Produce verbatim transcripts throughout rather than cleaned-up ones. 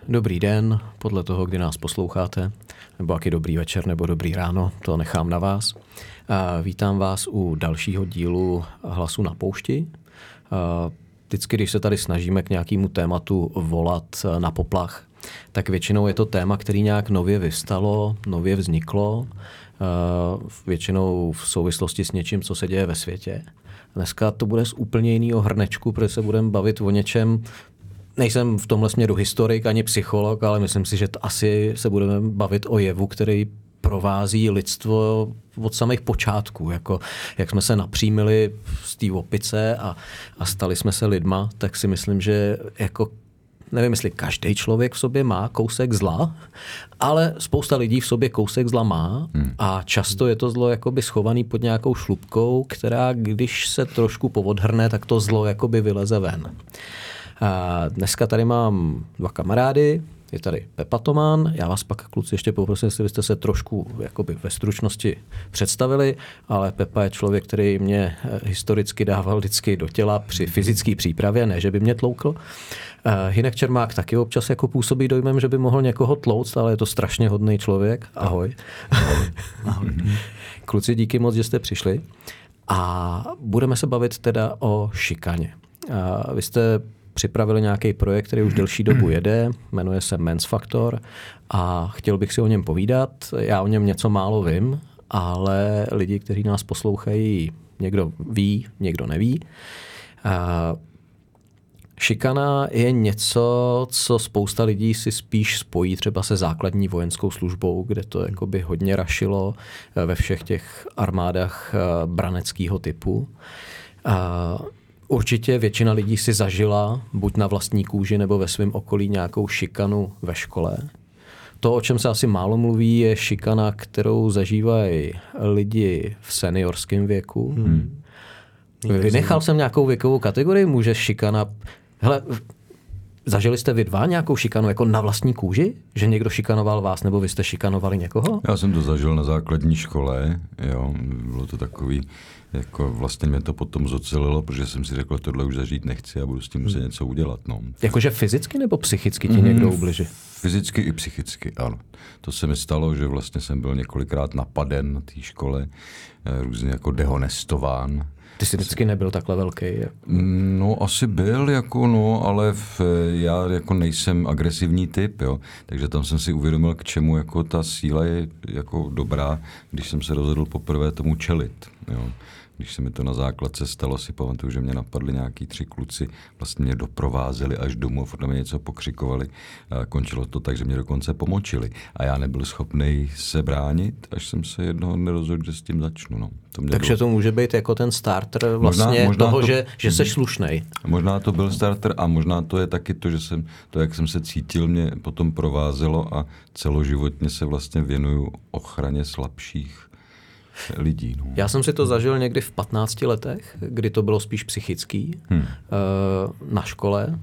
Dobrý den, podle toho, kdy nás posloucháte, nebo jaký dobrý večer, nebo dobrý ráno, to nechám na vás. Vítám vás u dalšího dílu Hlasu na poušti. Vždycky, když se tady snažíme k nějakému tématu volat na poplach, tak většinou je to téma, který nějak nově vyvstalo, nově vzniklo, většinou v souvislosti s něčím, co se děje ve světě. Dneska to bude z úplně jiného hrnečku, protože se budeme bavit o něčem. Nejsem v tomhle směru historik ani psycholog, ale myslím si, že to asi se budeme bavit o jevu, který provází lidstvo od samých počátků. Jako, jak jsme se napřímili z té opice a, a stali jsme se lidma, tak si myslím, že jako nevím, jestli každý člověk v sobě má kousek zla, ale spousta lidí v sobě kousek zla má a často je to zlo jakoby schovaný pod nějakou šlupkou, která když se trošku poodhrne, tak to zlo jakoby vyleze ven. A dneska tady mám dva kamarády, je tady Pepa Toman, já vás pak kluci ještě poprosím, jestli byste se trošku jakoby ve stručnosti představili, ale Pepa je člověk, který mě historicky dával vždycky do těla při fyzické přípravě, ne, že by mě tloukl. Hynek Čermák taky občas jako působí dojmem, že by mohl někoho tlouct, ale je to strašně hodný člověk. Ahoj. Ahoj. Kluci, díky moc, že jste přišli. A budeme se bavit teda o šikaně. A vy jste připravili nějaký projekt, který už delší dobu jede, jmenuje se Men's Factor a chtěl bych si o něm povídat. Já o něm něco málo vím, ale lidi, kteří nás poslouchají, někdo ví, někdo neví. A šikana je něco, co spousta lidí si spíš spojí třeba se základní vojenskou službou, kde to jakoby hodně rašilo ve všech těch armádách braneckého typu. A určitě většina lidí si zažila buď na vlastní kůži nebo ve svém okolí nějakou šikanu ve škole. To, o čem se asi málo mluví, je šikana, kterou zažívají lidi v seniorském věku. Hmm. Vynechal jsem nějakou věkovou kategorii, může šikana... Hele, zažili jste vy dva nějakou šikanu jako na vlastní kůži? Že někdo šikanoval vás nebo vy jste šikanovali někoho? Já jsem to zažil na základní škole, jo, bylo to takový... Jako vlastně mě to potom zocelilo, protože jsem si řekl, tohle už zažít nechci a budu s tím muset něco udělat. No. Jakože fyzicky nebo psychicky ti někdo ubliží? Fyzicky i psychicky, ano. To se mi stalo, že vlastně jsem byl několikrát napaden na té škole, různě jako dehonestován. Ty jsi vždycky nebyl takhle velký? No asi byl, jako no, ale v, já jako nejsem agresivní typ, jo. Takže tam jsem si uvědomil, k čemu jako ta síla je jako dobrá, když jsem se rozhodl poprvé tomu čelit, jo. Když se mi to na základce stalo, si pamatuju, že mě napadli nějaký tři kluci, vlastně mě doprovázeli až domů, furt na mě něco pokřikovali. A končilo to tak, že mě dokonce pomočili. A já nebyl schopný se bránit, až jsem se jednoho nerozhodl, že s tím začnu. No. To Takže bylo... to může být jako ten starter vlastně možná, možná toho, to... že, že jsi slušnej. Možná to byl starter a možná to je taky to, že jsem, to, jak jsem se cítil, mě potom provázelo a celoživotně se vlastně věnuju ochraně slabších lidí. No. Já jsem si to zažil někdy v patnácti letech, kdy to bylo spíš psychický hmm. na škole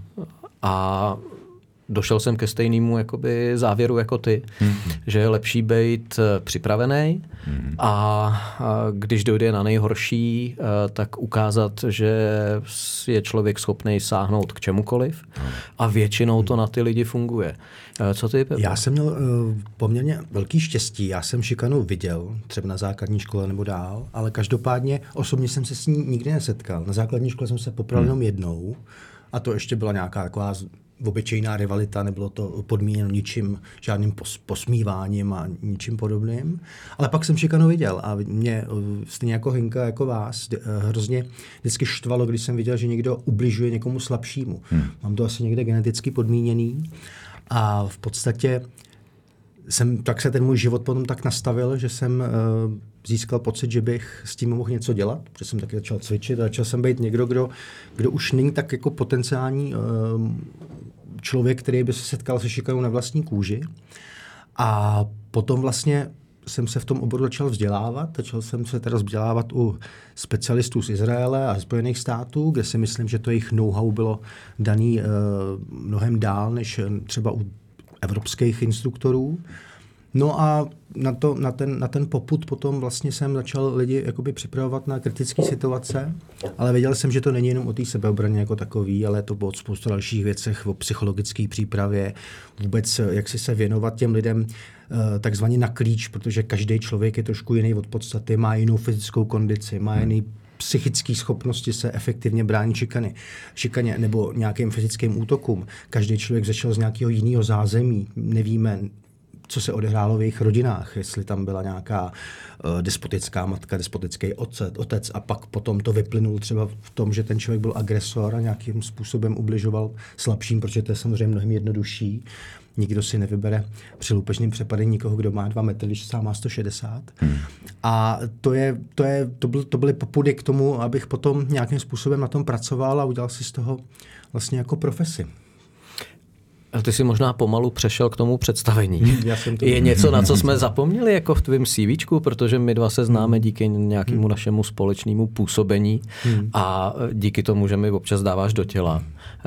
a došel jsem ke stejnému jakoby závěru jako ty, hmm. že je lepší být připravený hmm. a, a když dojde na nejhorší, tak ukázat, že je člověk schopný sáhnout k čemukoliv a většinou to na ty lidi funguje. Co ty, Pepa? Já jsem měl uh, poměrně velký štěstí. Já jsem šikanu viděl, třeba na základní škole nebo dál, ale každopádně osobně jsem se s ní nikdy nesetkal. Na základní škole jsem se popral jenom jednou a to ještě byla nějaká taková obyčejná rivalita, nebylo to podmíněno ničím, žádným pos, posmíváním a ničím podobným. Ale pak jsem šikanu viděl a mě stejně jako Hynka, jako vás, hrozně vždycky štvalo, když jsem viděl, že někdo ubližuje někomu slabšímu. Hmm. Mám to asi někde geneticky podmíněný a v podstatě jsem, tak se ten můj život potom tak nastavil, že jsem uh, získal pocit, že bych s tím mohl něco dělat, protože jsem taky začal cvičit a začal jsem být někdo, kdo, kdo už není tak jako potenciální uh, člověk, který by se setkal se šikanou na vlastní kůži. A potom vlastně jsem se v tom oboru začal vzdělávat. Začal jsem se teda vzdělávat u specialistů z Izraele a Spojených států, kde si myslím, že to jejich know-how bylo daný uh, mnohem dál, než třeba u evropských instruktorů. No a na, to, na, ten, na ten popud potom vlastně jsem začal lidi jakoby připravovat na kritické situace, ale věděl jsem, že to není jenom o té sebeobraně jako takový, ale to bylo o spoustu dalších věcech, o psychologické přípravě, vůbec jak si se věnovat těm lidem takzvaně na klíč, protože každý člověk je trošku jiný od podstaty, má jinou fyzickou kondici, má jiný psychické schopnosti se efektivně bránit šikany, šikaně nebo nějakým fyzickým útokům. Každý člověk začal z nějakého jiného zázemí, nevíme, co se odehrálo v jejich rodinách, jestli tam byla nějaká uh, despotická matka, despotický otec, otec a pak potom to vyplynulo třeba v tom, že ten člověk byl agresor a nějakým způsobem ubližoval slabším, protože to je samozřejmě mnohem jednodušší. Nikdo si nevybere při loupežném přepadení nikoho, kdo má dva metry, když sám má sto šedesát. Hmm. A to, je, to, je, to, byl, to byly popudy k tomu, abych potom nějakým způsobem na tom pracoval a udělal si z toho vlastně jako profesi. A ty jsi možná pomalu přešel k tomu představení. Já jsem to... Je něco, na co jsme zapomněli jako v tvém CVčku, protože my dva se známe díky nějakému hmm. našemu společnému působení hmm. a díky tomu, že mi občas dáváš do těla.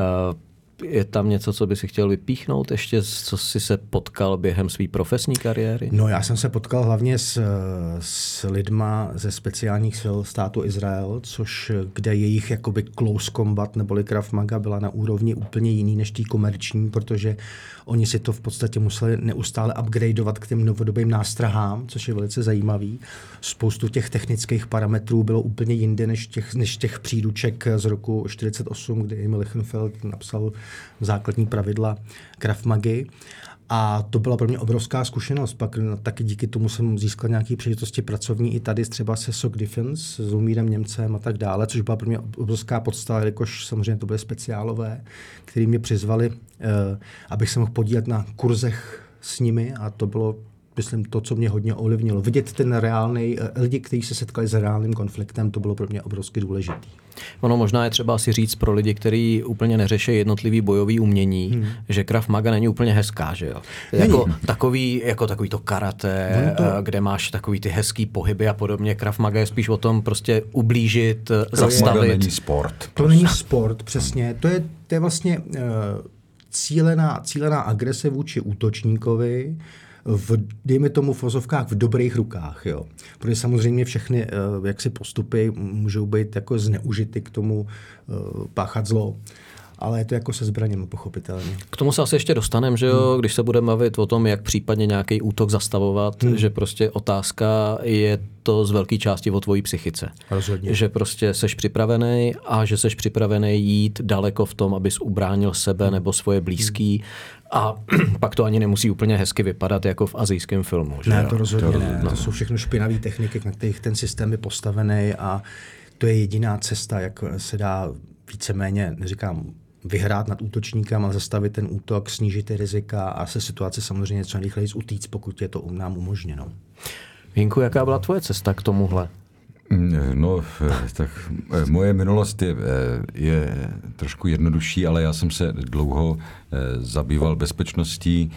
Je tam něco, co by si chtěl vypíchnout ještě, co jsi se potkal během své profesní kariéry? No já jsem se potkal hlavně s, s lidma ze speciálních sil státu Izrael, což kde jejich jakoby close combat neboli Krav Maga byla na úrovni úplně jiný než tý komerční, protože oni si to v podstatě museli neustále upgradeovat k těm novodobým nástrahám, což je velice zajímavý. Spoustu těch technických parametrů bylo úplně jinde než těch, než těch příruček z roku čtyřicet osm, kdy Emil Lichtenfeld napsal základní pravidla Krav Magy. A to byla pro mě obrovská zkušenost. Pak taky díky tomu jsem získal nějaké příležitosti pracovní i tady třeba se S O C Defense, s Lumírem Němcem a tak dále, což byla pro mě obrovská podstava, jelikož samozřejmě to byly speciálové, který mě přizvali, eh, abych se mohl podílet na kurzech s nimi a to bylo, myslím, to, co mě hodně ovlivnilo. Vidět ten reálný, lidi, kteří se setkali s reálným konfliktem, to bylo pro mě obrovsky důležitý. Ono možná je třeba si říct pro lidi, kteří úplně neřeší jednotlivý bojový umění, hmm. že Krav Maga není úplně hezká, že jo? Jako takový, jako takový to karate, to... kde máš takový ty hezký pohyby a podobně. Krav Maga je spíš o tom prostě ublížit, to zastavit. To není sport. To není sport, přesně. To je, to je vlastně uh, cílená, cílená agrese vůči útočníkovi, v, dejme tomu v vozovkách v dobrých rukách, jo. Protože samozřejmě všechny uh, jaksi postupy můžou být jako zneužity k tomu uh, páchat zlo. Ale je to jako se zbraněmi, pochopitelně. K tomu se asi ještě dostaneme, že jo, hmm. když se budeme bavit o tom, jak případně nějaký útok zastavovat, hmm. že prostě otázka je to z velké části o tvojí psychice. Rozhodně. Že prostě seš připravený a že seš připravený jít daleko v tom, abys ubránil sebe nebo svoje blízký. Hmm. A pak to ani nemusí úplně hezky vypadat jako v asijském filmu. Že ne, jo? to rozhodně to, ne. No. To jsou všechno špinavé techniky, na kterých ten systém je postavený a to je jediná cesta, jak se dá víceméně, neříkám, vyhrát nad útočníkem, ale zastavit ten útok, snížit ty rizika a se situace samozřejmě co nejrychleji utíct, pokud je to nám umožněno. Vínku, jaká byla tvoje cesta k tomuhle? No, tak moje minulost je, je trošku jednodušší, ale já jsem se dlouho zabýval bezpečností,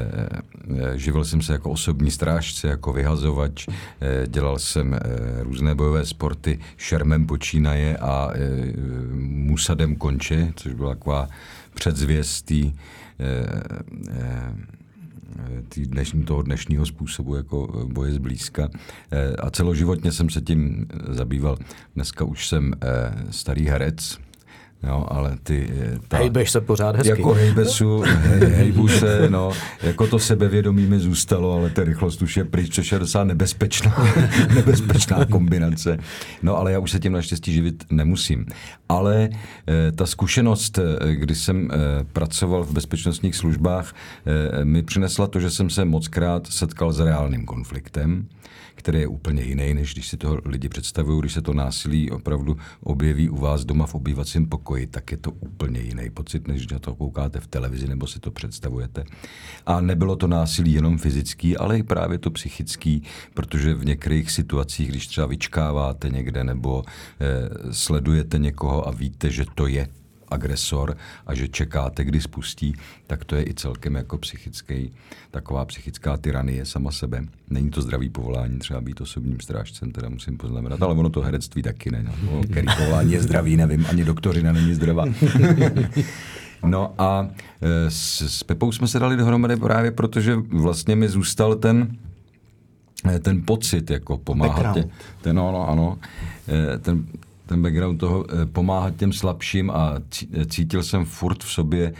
živil jsem se jako osobní strážce, jako vyhazovač, dělal jsem různé bojové sporty, šermem počínaje a musadem konče, což byla taková předzvěst tý, tý dnešní, toho dnešního způsobu jako boje zblízka. A celoživotně jsem se tím zabýval. Dneska už jsem starý herec, jo, ale ty... Ta, hejbeš se pořád hezky. Jako hejbesu, hej, hejbu se, no, jako to sebevědomí mi zůstalo, ale ta rychlost už je pryč, což je docela nebezpečná, nebezpečná kombinace. No, ale já už se tím naštěstí živit nemusím. Ale eh, ta zkušenost, kdy jsem eh, pracoval v bezpečnostních službách, eh, mi přinesla to, že jsem se mockrát setkal s reálným konfliktem, který je úplně jiný, než když si to lidi představují, když se to násilí opravdu objeví u vás doma v obývacím pokoji, tak je to úplně jiný pocit, než na to koukáte v televizi nebo si to představujete. A nebylo to násilí jenom fyzický, ale i právě to psychický, protože v některých situacích, když třeba vyčkáváte někde nebo eh, sledujete někoho a víte, že to je agresor a že čekáte, kdy spustí, tak to je i celkem jako psychický, taková psychická tyranie sama sebe. Není to zdravý povolání, třeba být osobním strážcem, teda musím poznamenat, ale ono to herectví taky ne. No. Který povolání je zdravý, nevím, ani doktorina není zdravá. No a s, s Pepou jsme se dali dohromady právě protože vlastně mi zůstal ten ten pocit, jako pomáhat tě, ten, no, no, ano, ten, ten background toho pomáhat těm slabším a cítil jsem furt v sobě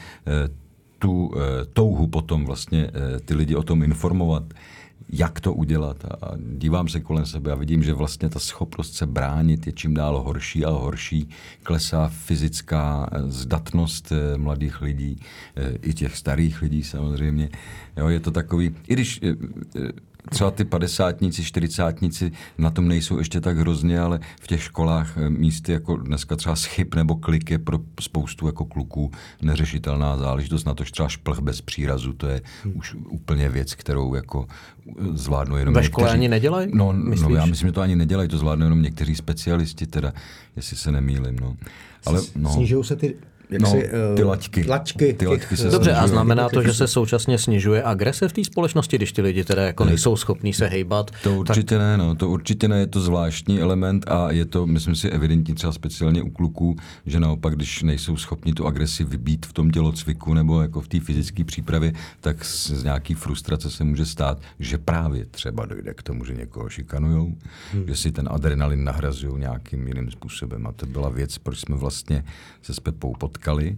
tu touhu potom vlastně ty lidi o tom informovat, jak to udělat. A dívám se kolem sebe a vidím, že vlastně ta schopnost se bránit je čím dál horší a horší. Klesá fyzická zdatnost mladých lidí, i těch starých lidí samozřejmě. Jo, je to takový, i když třeba ty padesátníci, čtyřicátníci na tom nejsou ještě tak hrozně, ale v těch školách místy jako dneska třeba schyb nebo klik je pro spoustu jako kluků neřešitelná záležitost. Na to, že třeba šplh bez přírazu, to je hmm. už úplně věc, kterou jako zvládnou jenom Ve někteří. škole ani nedělají? No, no, já myslím, že to ani nedělají, to zvládnou jenom někteří specialisti, teda, jestli se nemýlim. No. Ale, no. Snižují se ty Jak no, si, uh, ty laťky. laťky, ty laťky těch, se Dobře, snižují. a znamená to, že se současně snižuje agrese v té společnosti, když ty lidi teda jako nejsou schopní se hejbat? To určitě tak... ne, no, to určitě ne, je to zvláštní element a je to, myslím si, evidentní třeba speciálně u kluků, že naopak, když nejsou schopni tu agresi vybít v tom tělocviku nebo jako v té fyzické přípravě, tak z nějaký frustrace se může stát, že právě třeba dojde k tomu, že někoho šikanujou, hmm. že si ten adrenalin nahrazují nějakým jiným způsobem. A to byla věc, proč jsme vlastně se s Pepou potkali.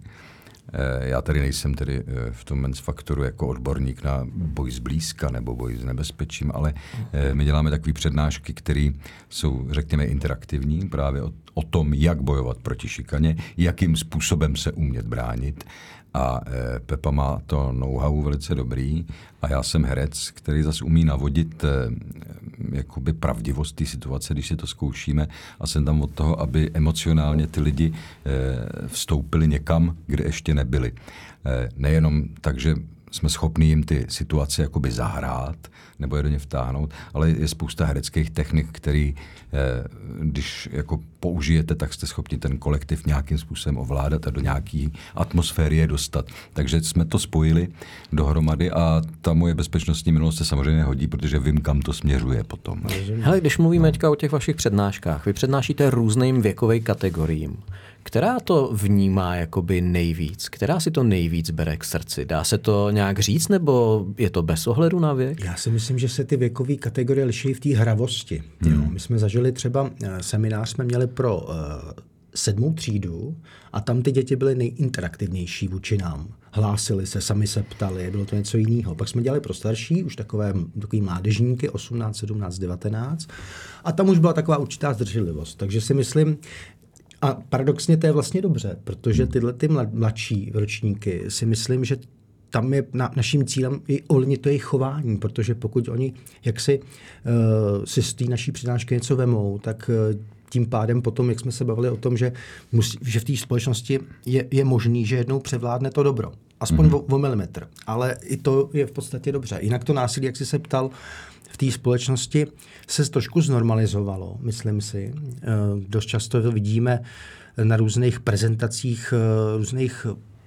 Já tady nejsem tedy v tom Men's Faktoru jako odborník na boj zblízka nebo boj s nebezpečím, ale my děláme takové přednášky, které jsou, řekněme, interaktivní, právě o, o tom, jak bojovat proti šikaně, jakým způsobem se umět bránit. A Pepa má to know-how velice dobrý a já jsem herec, který zase umí navodit jakoby pravdivost té situace, když si to zkoušíme, a jsem tam od toho, aby emocionálně ty lidi vstoupili někam, kde ještě nebyli. Nejenom tak, že jsme schopni jim ty situace jakoby zahrát nebo je do ně vtáhnout, ale je spousta hereckých technik, který, když jako použijete, tak jste schopni ten kolektiv nějakým způsobem ovládat a do nějaký atmosféry je dostat. Takže jsme to spojili dohromady a ta moje bezpečnostní minulost se samozřejmě hodí, protože vím, kam to směřuje potom. Hele, když mluvíme no. teďka o těch vašich přednáškách, vy přednášíte různým věkovým kategoriím. Která to vnímá jakoby nejvíc? Která si to nejvíc bere k srdci? Dá se to nějak říct, nebo je to bez ohledu na věk? Já si myslím, že se ty věkové kategorie liší v té hravosti. Hmm. Jo, my jsme zažili třeba seminář, jsme měli pro uh, sedmou třídu a tam ty děti byly nejinteraktivnější vůči nám. Hlásili se, sami se ptali, bylo to něco jiného. Pak jsme dělali pro starší, už takové takový mládežníky, osmnáct, sedmnáct, devatenáct a tam už byla taková určitá zdrženlivost. Takže si myslím, a paradoxně to je vlastně dobře, protože tyhle ty mladší ročníky si myslím, že tam je na, naším cílem i ovlivnit to jejich chování, protože pokud oni jaksi uh, si z té naší přednášky něco vemou, tak uh, tím pádem potom, jak jsme se bavili o tom, že, musí, že v té společnosti je, je možný, že jednou převládne to dobro. Aspoň mm-hmm. o, o milimetr. Ale i to je v podstatě dobře. Jinak to násilí, jak jsi se ptal, v té společnosti se trošku znormalizovalo, myslím si. Dost často to vidíme na různých prezentacích různých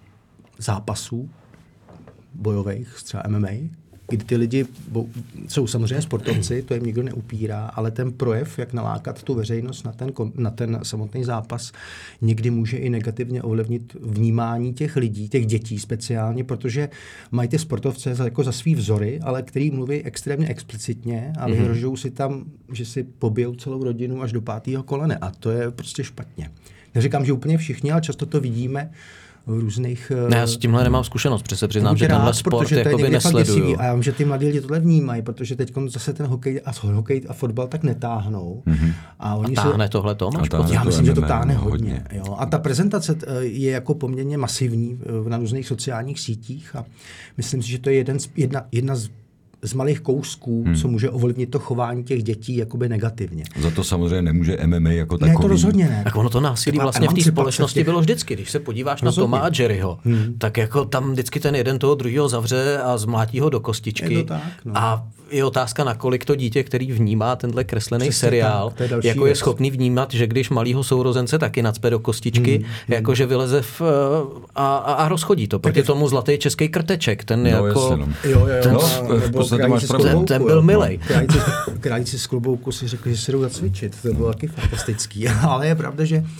zápasů bojových, třeba M M A, kdy ty lidi jsou samozřejmě sportovci, to jim nikdo neupírá, ale ten projev, jak nalákat tu veřejnost na ten, na ten samotný zápas, někdy může i negativně ovlivnit vnímání těch lidí, těch dětí speciálně, protože mají ty sportovce za, jako za svý vzory, ale který mluví extrémně explicitně a vyhrožují si tam, že si pobijou celou rodinu až do pátého kolene a to je prostě špatně. Neříkám, že úplně všichni, ale často to vidíme v různých... Ne, já s tímhle nemám zkušenost, protože se přiznám, že tenhle sport jakoby nesleduju. A já vím, že ty mladí lidi tohle vnímají, protože teď zase ten hokej a hokej a fotbal tak netáhnou. Mm-hmm. A, oni a táhne se... tohle to? Máš pocit? Já myslím, že to táhne hodně. hodně. Jo. A ta prezentace je jako poměrně masivní na různých sociálních sítích a myslím si, že to je jeden z, jedna, jedna z z malých kousků, hmm. co může ovlivnit to chování těch dětí jakoby negativně. Za to samozřejmě nemůže M M A jako takový. Ne, to rozhodně ne. Tak ono to násilí Taková vlastně v té společnosti těch... těch... bylo vždycky. Když se podíváš rozhodně. na Toma a Jerryho, hmm. tak jako tam vždycky ten jeden toho druhého zavře a zmlátí ho do kostičky. Je to tak, no. A je otázka, nakolik to dítě, který vnímá tenhle kreslený přesně seriál, tak, je jako věc. je schopný vnímat, že když malýho sourozence taky nacpe do kostičky, hmm. jakože vyleze v, a, a, a rozchodí to. Proti tomu zlatý český krteček, ten no, jako... Jasně, jo, jo, jo. Ten, no, v podstatě máš ten, ten byl milej. Králíci z klobouku si řekli, že se jdou zacvičit. To bylo taky fantastický. Ale je pravda, že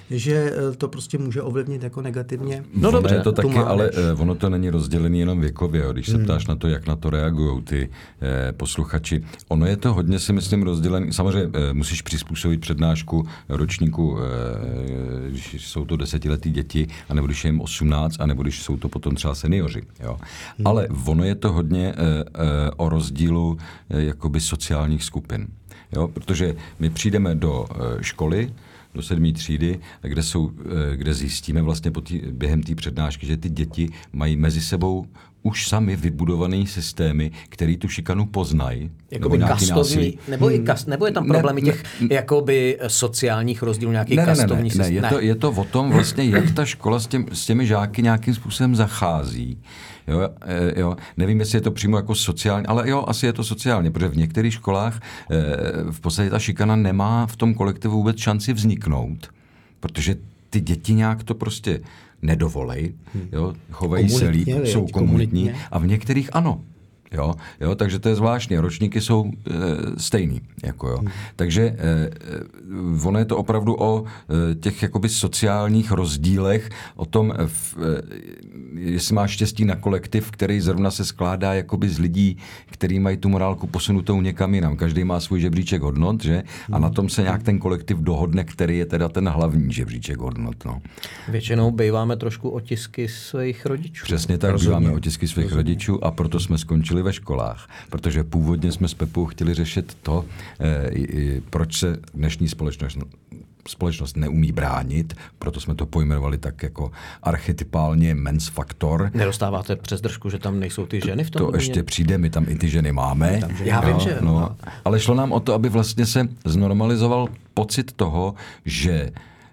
že to prostě může ovlivnit jako negativně. No dobře, je to taky, mládež. ale ono to není rozdělený jenom věkově, jo. Když se hmm. ptáš na to, jak na to reagují ty eh, posluchači. Ono je to hodně, si myslím, rozdělený. Samozřejmě eh, musíš přizpůsobit přednášku ročníku, eh, když jsou to desetiletí děti, anebo když je jim osmnáct, anebo když jsou to potom třeba seniori. Jo. Hmm. Ale ono je to hodně eh, eh, o rozdílu eh, jakoby sociálních skupin. Jo, protože my přijdeme do e, školy, do sedmé třídy, kde, jsou, e, kde zjistíme vlastně po tý, během té přednášky, že ty děti mají mezi sebou už sami vybudované systémy, který tu šikanu poznají. Jakoby nebo kastovní, nebo, hmm. i kast, nebo je tam problémy těch ne, jakoby sociálních rozdílů, nějaký ne, kastovní ne, ne, systém? Ne, je to, je to o tom vlastně, jak ta škola s, těm, s těmi žáky nějakým způsobem zachází. Jo, jo, nevím, jestli je to přímo jako sociálně, ale jo, asi je to sociálně, protože v některých školách e, v podstatě ta šikana nemá v tom kolektivu vůbec šanci vzniknout, protože ty děti nějak to prostě nedovolej, jo, chovají se líp, jsou komunitní, komunitně. A v některých ano. Jo, jo, takže to je zvláštní. Ročníky jsou e, stejný. Jako jo. Hmm. Takže e, ono je to opravdu o e, těch jakoby sociálních rozdílech, o tom, e, jestli máš štěstí na kolektiv, který zrovna se skládá jakoby z lidí, kteří mají tu morálku posunutou někam jinam. Každý má svůj žebříček hodnot, že? A hmm. na tom se nějak ten kolektiv dohodne, který je teda ten hlavní žebříček hodnot. No. Většinou býváme trošku otisky svých rodičů. Přesně tak, Rozumím. býváme otisky svých Rozumím. rodičů a proto jsme skončili ve školách, protože původně jsme s Pepou chtěli řešit to, eh, proč se dnešní společnost, společnost neumí bránit, proto jsme to pojmenovali tak jako archetypálně mens faktor. Nedostáváte přes držku, že tam nejsou ty ženy v tom? To, to ještě přijde, my tam i ty ženy máme. Tam ženy Já vím, že... No, ale šlo nám o to, aby vlastně se znormalizoval pocit toho, že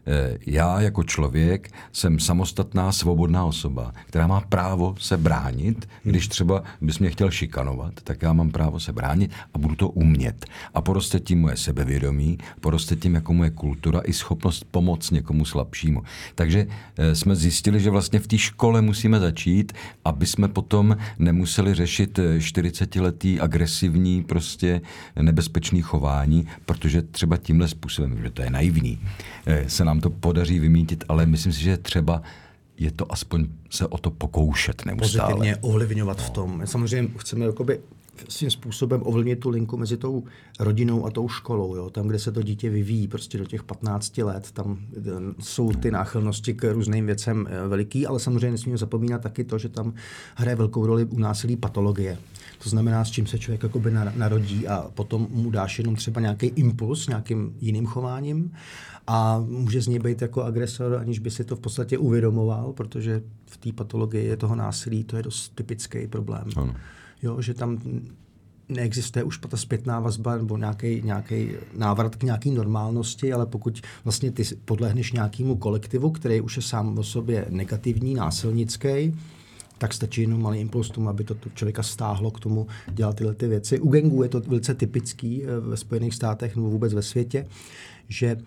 já jako člověk jsem samostatná, svobodná osoba, která má právo se bránit. Když třeba bys mě chtěl šikanovat, tak já mám právo se bránit a budu to umět. A poroste tím moje sebevědomí, poroste tím jako moje kultura i schopnost pomoct někomu slabšímu. Takže jsme zjistili, že vlastně v té škole musíme začít, aby jsme potom nemuseli řešit čtyřicetiletý agresivní, prostě nebezpečný chování, protože třeba tímhle způsobem, že to je naivní, se nám to podaří vymítit, ale myslím si, že třeba je to aspoň se o to pokoušet neustále. Pozitivně ovlivňovat no. v tom. Samozřejmě chceme jakoby svým způsobem ovlivnit tu linku mezi tou rodinou a tou školou. Jo? Tam, kde se to dítě vyvíjí prostě do těch patnácti let, tam jsou ty náchylnosti k různým věcem veliký, ale samozřejmě nesmíme zapomínat taky to, že tam hraje velkou roli u násilí patologie. To znamená, s čím se člověk jakoby narodí a potom mu dáš jenom třeba nějaký impuls nějakým jiným chováním a může z něj být jako agresor, aniž by si to v podstatě uvědomoval, protože v té patologii je toho násilí, to je dost typický problém. Ano. Jo, že tam neexistuje už ta zpětná vazba nebo nějaký, nějaký návrat k nějaký normálnosti, ale pokud vlastně ty podlehneš nějakému kolektivu, který už je sám o sobě negativní, násilnický, tak stačí jenom malý impuls tomu, aby to člověka stáhlo k tomu dělat tyhle ty věci. U gangů je to velice typický ve Spojených státech nebo vůbec ve světě, že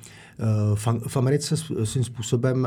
v Americe svým způsobem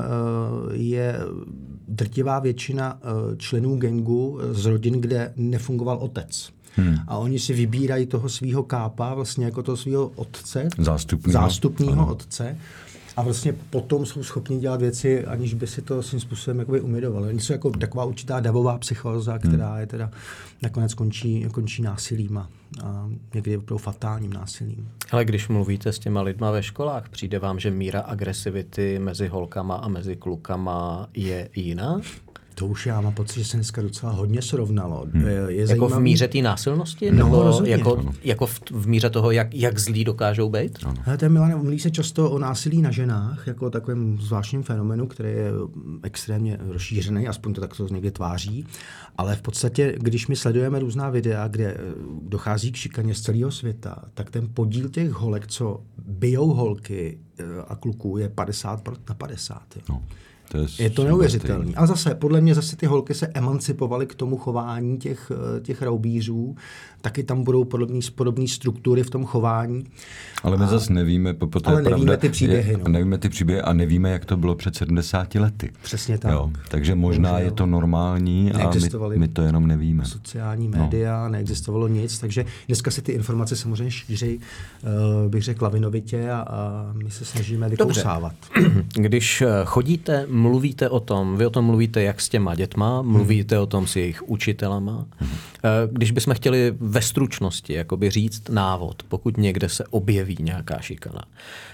je drtivá většina členů gangu z rodin, kde nefungoval otec. Hmm. A oni si vybírají toho svého kápa, vlastně jako toho svého otce, zástupního, zástupního otce. A vlastně potom jsou schopni dělat věci, aniž by si to svým způsobem jakoby umydovali. Oni jsou jako taková určitá davová psychóza, která hmm. je teda nakonec končí, končí násilím a, a někdy opravdu fatálním násilím. Ale když mluvíte s těma lidma ve školách, přijde vám, že míra agresivity mezi holkama a mezi klukama je jiná? To už já mám pocit, že se dneska docela hodně srovnalo. Hmm. Je jako zajímavý... v míře té násilnosti? No, nebo jako, jako v, v míře toho, jak, jak zlí dokážou být? Hele, Milane, mluví se často o násilí na ženách, jako o takovém zvláštním fenomenu, který je extrémně rozšířený, aspoň to tak to někde tváří. Ale v podstatě, když my sledujeme různá videa, kde dochází k šikaně z celého světa, tak ten podíl těch holek, co bijou holky a kluků, je padesát na padesát. Jo. No. To je, je to neuvěřitelný. A zase, podle mě zase ty holky se emancipovaly k tomu chování těch, těch raubířů. Taky tam budou podobné podobné struktury v tom chování. Ale my a... zase nevíme, po, po to ale je nevíme pravda, ty příběhy. No. Nevíme ty příběhy a nevíme, jak to bylo před sedmdesáti lety. Přesně tak. Jo, takže možná Bohužel. Je to normální a my, my to jenom nevíme. Sociální média, no. Neexistovalo nic, takže dneska se ty informace samozřejmě šíří, uh, bych řekl, lavinovitě a, a my se snažíme vykousávat. Když chodíte, mluvíte o tom, vy o tom mluvíte jak s těma dětma, mluvíte hmm. o tom s jejich učitelama. Hmm. Když bychom chtěli ve stručnosti jakoby říct návod, pokud někde se objeví nějaká šikana.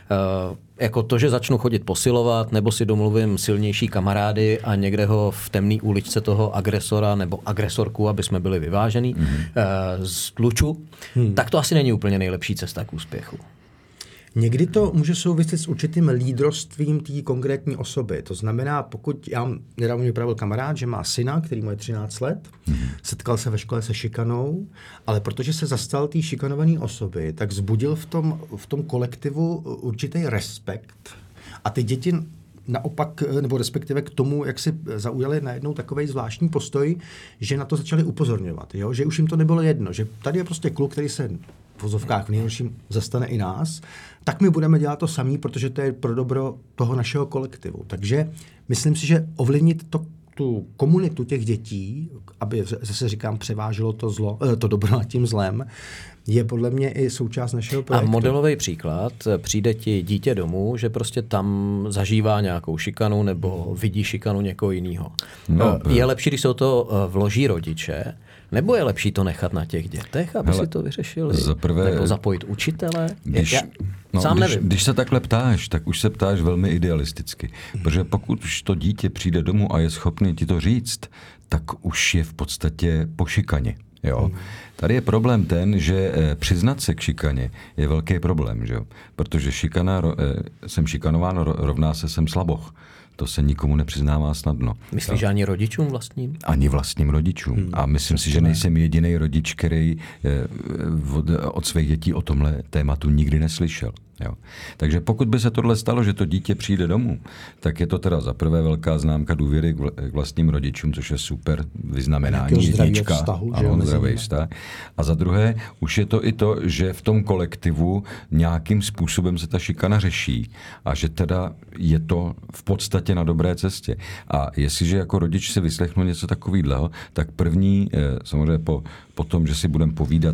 Jako to, že začnu chodit posilovat, nebo si domluvím silnější kamarády a někde ho v temné uličce toho agresora nebo agresorku, aby jsme byli vyvážený, hmm. ztluču, hmm. tak to asi není úplně nejlepší cesta k úspěchu. Někdy to může souviset s určitým lídrovstvím té konkrétní osoby. To znamená, pokud já nedávno mi pravil kamarád, že má syna, který mu je třináct let, mm. setkal se ve škole se šikanou, ale protože se zastal té šikanované osoby, tak vzbudil v tom, v tom kolektivu určitý respekt. A ty děti naopak, nebo respektive k tomu, jak si zaujali najednou takovej zvláštní postoj, že na to začali upozorňovat. Jo? Že už jim to nebylo jedno, že tady je prostě kluk, který se v vozovkách v nejhorším zastane i nás, tak my budeme dělat to samý, protože to je pro dobro toho našeho kolektivu. Takže myslím si, že ovlivnit to, tu komunitu těch dětí, aby zase říkám, převáželo to zlo, to dobro nad tím zlem, je podle mě i součást našeho projektu. A modelový příklad, přijde ti dítě domů, že prostě tam zažívá nějakou šikanu nebo vidí šikanu někoho jiného. No, je lepší, když se o to vloží rodiče, nebo je lepší to nechat na těch dětech, aby hele, si to vyřešili? Zaprvé, nebo zapojit učitele? Když, Já, no, sám když, nevím. Když se takhle ptáš, tak už se ptáš velmi idealisticky. Hmm. Protože pokud už to dítě přijde domů a je schopný ti to říct, tak už je v podstatě po šikaně. Jo. Hmm. Tady je problém ten, že přiznat se k šikaně je velký problém, že jo? Protože šikana, jsem šikanován, rovná se jsem slaboch. To se nikomu nepřiznává snadno. Myslíš, že ani rodičům vlastním? Ani vlastním rodičům. Hmm. A myslím si, že nejsem jediný rodič, který od, od svých dětí o tomhle tématu nikdy neslyšel. Jo. Takže pokud by se tohle stalo, že to dítě přijde domů, tak je to teda za prvé velká známka důvěry k vlastním rodičům, což je super vyznamenání, jednička, vztahu, ano, zdravý vztah. A za druhé, už je to i to, že v tom kolektivu nějakým způsobem se ta šikana řeší a že teda je to v podstatě na dobré cestě. A jestliže jako rodič si vyslechnu něco takového, tak první, samozřejmě po, po tom, že si budeme povídat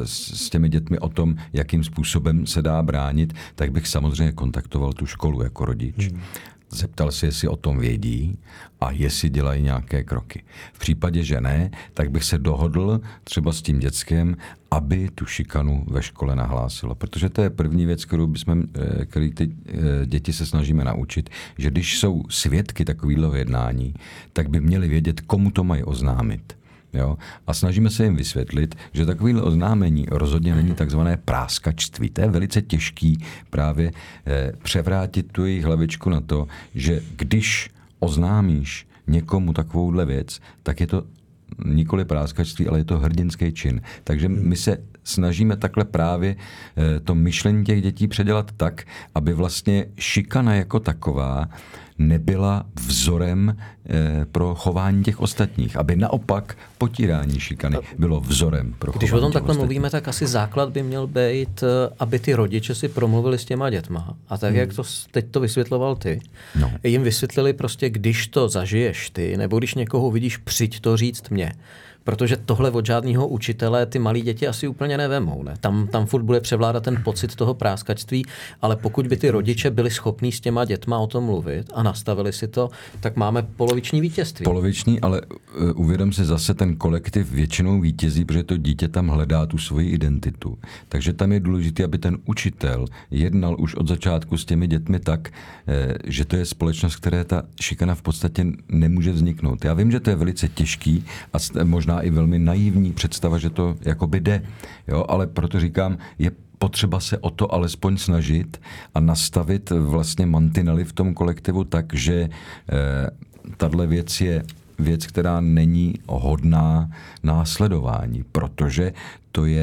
s těmi dětmi o tom, jakým způsobem se dá bránit, tak bych samozřejmě kontaktoval tu školu jako rodič. Hmm. Zeptal se, jestli o tom vědí a jestli dělají nějaké kroky. V případě, že ne, tak bych se dohodl třeba s tím dětskem, aby tu šikanu ve škole nahlásilo. Protože to je první věc, kterou bychom, který ty děti se snažíme naučit, že když jsou svědky takového jednání, tak by měli vědět, komu to mají oznámit. Jo? A snažíme se jim vysvětlit, že takovéhle oznámení rozhodně není takzvané práskačství. To je velice těžký právě eh, převrátit tu jejich hlavičku na to, že když oznámíš někomu takovouhle věc, tak je to nikoli práskačství, ale je to hrdinský čin. Takže my se snažíme takhle právě eh, to myšlení těch dětí předělat tak, aby vlastně šikana jako taková nebyla vzorem eh, pro chování těch ostatních, aby naopak potírání šikany bylo vzorem pro chování. Když o tom takhle ostatních. mluvíme, tak asi základ by měl být, aby ty rodiče si promluvili s těma dětma. A tak, hmm. jak to teď to vysvětloval ty, no. jim vysvětlili prostě, když to zažiješ ty, nebo když někoho vidíš, přijď to říct mě. Protože tohle od žádného učitele ty malí děti asi úplně nevemou. Ne? Tam, tam furt bude převládat ten pocit toho práskačství, ale pokud by ty rodiče byli schopní s těma dětma o tom mluvit a nastavili si to, tak máme poloviční vítězství. Poloviční, ale uh, uvědom si zase ten kolektiv většinou vítězí, protože to dítě tam hledá tu svoji identitu. Takže tam je důležité, aby ten učitel jednal už od začátku s těmi dětmi tak, uh, že to je společnost, které ta šikana v podstatě nemůže vzniknout. Já vím, že to je velice těžký a možná i velmi naivní představa, že to jakoby jde. Jo? Ale proto říkám, je potřeba se o to alespoň snažit a nastavit vlastně mantinely v tom kolektivu tak, že eh, tahle věc je věc, která není hodná následování, protože to je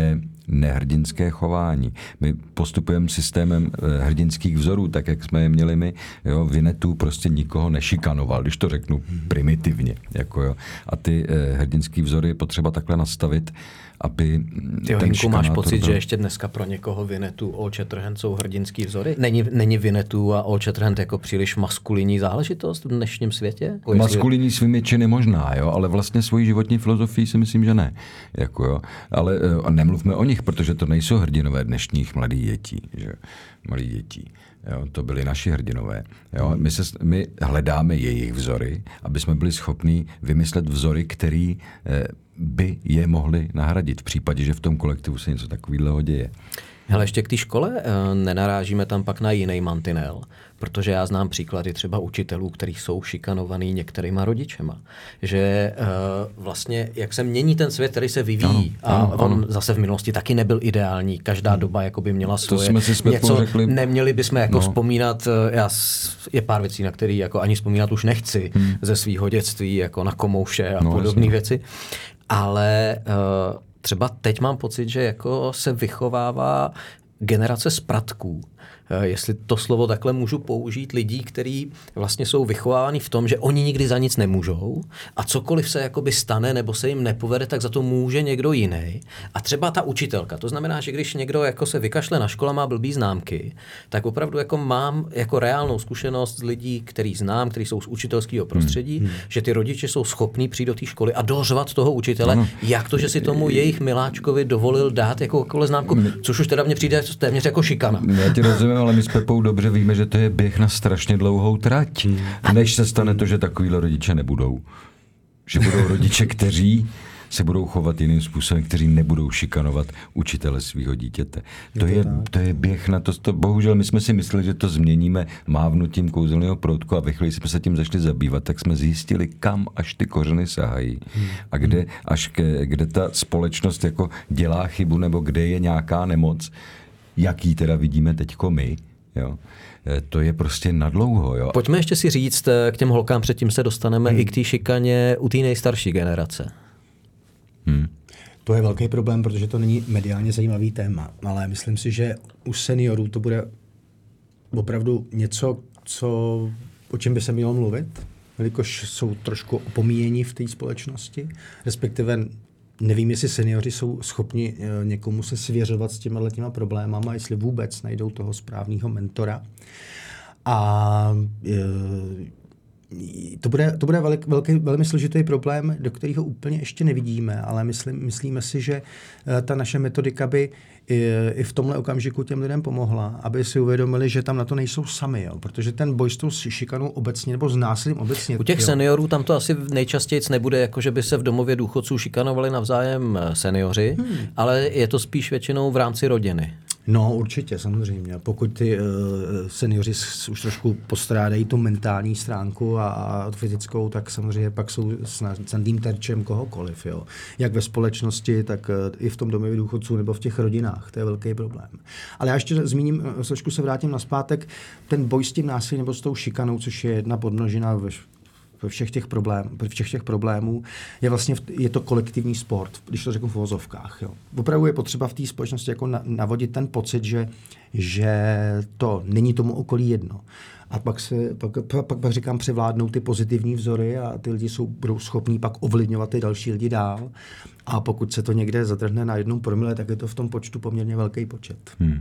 nehrdinské chování. My postupujeme systémem hrdinských vzorů, tak jak jsme je měli my. Jo, Winnetou prostě nikoho nešikanoval, když to řeknu primitivně. Jako jo. A ty eh, hrdinský vzory je potřeba takhle nastavit, aby Ty ten Hinku, máš pocit, byl... že ještě dneska pro někoho Winnetou, Old Shatterhand jsou hrdinský vzory? Není, není Winnetou a Old Shatterhand jako příliš maskulinní záležitost v dnešním světě? Jako maskulinní jestli... svými činy možná, jo, ale vlastně svoji životní filozofii si myslím, že ne. Jako jo. Ale a nemluvme o nich, protože to nejsou hrdinové dnešních mladých dětí. Že? Malých dětí. Jo, to byli naši hrdinové. Jo. My, se, my hledáme jejich vzory, aby jsme byli schopní vymyslet vzory, který eh, by je mohli nahradit v případě, že v tom kolektivu se něco takového děje. Hele, ještě k té škole nenarážíme tam pak na jiný mantinel, protože já znám příklady třeba učitelů, kteří jsou šikanovaný některýma rodičema. Že uh, vlastně, jak se mění ten svět, který se vyvíjí, ano, a ano, on ano. zase v minulosti taky nebyl ideální, každá doba jako by měla svoje. To jsme si něco, řekli. Neměli bychom jako no. vzpomínat, já, je pár věcí, na které jako ani vzpomínat už nechci hmm. ze svého dětství, jako na komouše a no, podobné věci. Ale uh, třeba teď mám pocit, že jako se vychovává generace spratků. Jestli to slovo takhle můžu použít, lidí, kteří vlastně jsou vychováváni v tom, že oni nikdy za nic nemůžou a cokoliv se jakoby stane nebo se jim nepovede, tak za to může někdo jiný. A třeba ta učitelka. To znamená, že když někdo jako se vykašle na škole, má blbý známky, tak opravdu jako mám jako reálnou zkušenost z lidí, který znám, kteří jsou z učitelského prostředí, hmm. že ty rodiče jsou schopní přijít do té školy a dořvat toho učitele, ano. jak to, že si tomu jejich miláčkovi dovolil dát jako známku, což už teda mně přijde téměř jako šikana. Já ti rozumím, ale my s Pepou dobře víme, že to je běh na strašně dlouhou trať. Než se stane to, že takovýhle rodiče nebudou. Že budou rodiče, kteří se budou chovat jiným způsobem, kteří nebudou šikanovat učitele svého dítěte. To je, to je běh na to, to. Bohužel my jsme si mysleli, že to změníme mávnutím kouzelného proutku a ve chvíli jsme se tím začali zabývat, tak jsme zjistili, kam až ty kořeny sahají a kde, až ke, kde ta společnost jako dělá chybu nebo kde je nějaká nemoc, jaký teda vidíme teďko my. Jo. To je prostě nadlouho. Jo. Pojďme ještě si říct k těm holkám, předtím se dostaneme hmm. i k té šikaně u té nejstarší generace. Hmm. To je velký problém, protože to není mediálně zajímavý téma, ale myslím si, že u seniorů to bude opravdu něco, co, o čem by se mělo mluvit, jelikož jsou trošku opomíjení v té společnosti, respektive nevím, jestli seniori jsou schopni někomu se svěřovat s těma těma problémama, jestli vůbec najdou toho správného mentora. A to bude, to bude velký, velký, velmi složitý problém, do kterého úplně ještě nevidíme, ale myslím, myslíme si, že ta naše metodika by i, i v tomhle okamžiku těm lidem pomohla, aby si uvědomili, že tam na to nejsou sami, jo? Protože ten boj s tou šikanou obecně nebo s násilím obecně. U těch jo. seniorů tam to asi nejčastěji nebude, jako že by se v domově důchodců šikanovali navzájem seniori, hmm. ale je to spíš většinou v rámci rodiny. No určitě, samozřejmě. Pokud ty uh, seniori už trošku postrádají tu mentální stránku a, a fyzickou, tak samozřejmě pak jsou snadným terčem kohokoliv. Jo. Jak ve společnosti, tak uh, i v tom domově důchodců nebo v těch rodinách. To je velký problém. Ale já ještě zmíním, trošku se vrátím nazpátek, ten boj s tím násilím nebo s tou šikanou, což je jedna podmnožina ve ve všech těch, problém, ve všech těch problémů, je vlastně je to kolektivní sport, když to řeknu v uvozovkách. Jo. Opravdu je potřeba v té společnosti jako na, navodit ten pocit, že, že to není tomu okolí jedno. A pak, se, pak, pak, pak říkám, převládnou ty pozitivní vzory a ty lidi jsou, budou schopní pak ovlivňovat ty další lidi dál. A pokud se to někde zadrhne na jednom promile, tak je to v tom počtu poměrně velký počet. Hmm.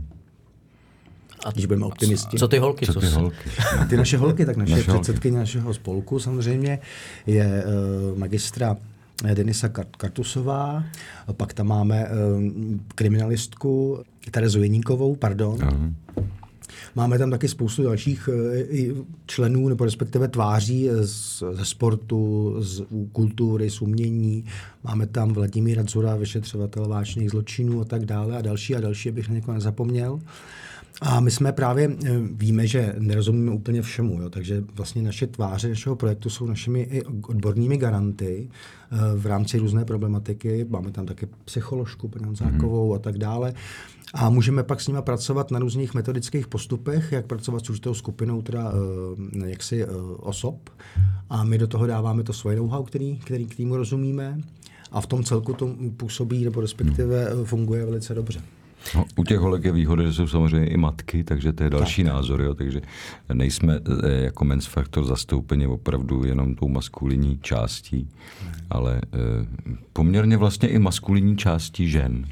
A když budeme optimisti. Co ty holky? Co ty holky? Ty naše holky, tak naše, naše předsedkyně našeho spolku samozřejmě je uh, magistra Denisa Kartusová, a pak tam máme uh, kriminalistku Terezu Jeníkovou, pardon. Uh-huh. Máme tam taky spoustu dalších uh, členů, nebo respektive tváří z, ze sportu, z kultury, z umění. Máme tam Vladimíra Dzura, vyšetřovatel vážných zločinů a tak dále a další a další, abych na někoho nezapomněl. A my jsme právě, víme, že nerozumíme úplně všemu, jo, takže vlastně naše tváře našeho projektu jsou našimi i odbornými garanty v rámci různé problematiky. Máme tam také psycholožku, paní Honzákovou a tak dále. A můžeme pak s nimi pracovat na různých metodických postupech, jak pracovat s určitou skupinou teda jaksi osob. A my do toho dáváme to svoje know-how, který, který k týmu rozumíme. a v tom celku to působí, nebo respektive hmm. funguje velice dobře. No, u těch holek je výhoda, že jsou samozřejmě i matky, takže to je další tak. názor, jo? Takže nejsme jako Men's Factor zastoupeni opravdu jenom tou maskulinní částí, ne. ale eh, poměrně vlastně i maskulinní částí žen.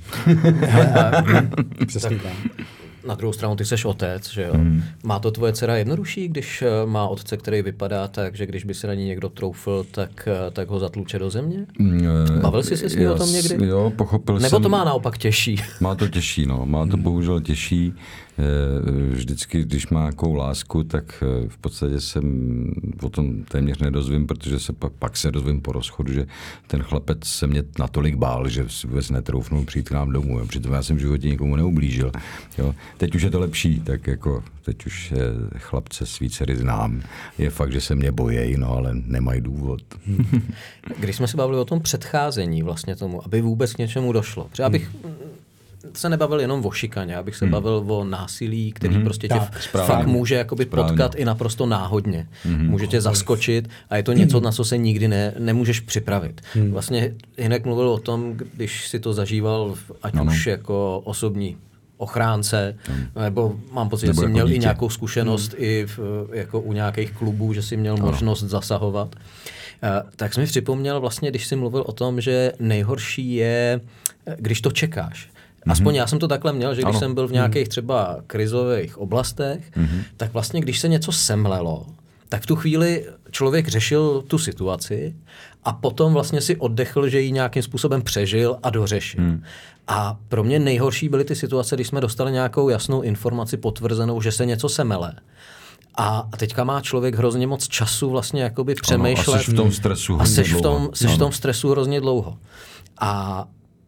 Přesně tak. Na druhou stranu ty seš otec, že jo? Hmm. Má to tvoje dcera jednodušší, když má otce, který vypadá tak, že když by se na ní někdo troufl, tak, tak ho zatluče do země? Bavil jsi se s ní o tom někdy? Jo, pochopil Nebo jsem. Nebo to má naopak těžší? Má to těžší, no. Má to bohužel těžší. Vždycky, když má nějakou lásku, tak v podstatě jsem o tom téměř nedozvím, protože se pak, pak se dozvím po rozchodu, že ten chlapec se mě natolik bál, že si vůbec netroufnul přijít k nám domů. Jo. Přitom já jsem v životě nikomu neublížil. Jo. Teď už je to lepší, tak jako teď už chlapce svý dcery znám. Je fakt, že se mě bojejí, no, ale nemají důvod. Když jsme se bavili o tom předcházení vlastně tomu, aby vůbec k něčemu došlo. Protože abych se nebavil jenom o šikaně, abych se hmm. bavil o násilí, který hmm. prostě tě tak, fakt může jakoby potkat i naprosto náhodně. Hmm. Může tě zaskočit a je to něco, na co se nikdy ne, nemůžeš připravit. Hmm. Vlastně Hynek mluvil o tom, když si to zažíval, ať no, už no. jako osobní ochránce, hmm. nebo mám pocit, nebo že jsi měl dítě. I nějakou zkušenost hmm. i v, jako u nějakých klubů, že jsi měl ano. možnost zasahovat. Uh, tak jsi mi připomněl vlastně, když jsi mluvil o tom, že nejhorší je, když to čekáš. Aspoň mm-hmm. já jsem to takhle měl, že když ano. jsem byl v nějakých třeba krizových oblastech, mm-hmm. tak vlastně když se něco semlelo, tak v tu chvíli člověk řešil tu situaci a potom vlastně si oddechl, že ji nějakým způsobem přežil a dořešil. Mm. A pro mě nejhorší byly ty situace, když jsme dostali nějakou jasnou informaci potvrzenou, že se něco semele. A teďka má člověk hrozně moc času vlastně jakoby přemýšlet. Ano, a seš v tom stresu a seš v tom, seš v tom stresu hrozně dlouho. A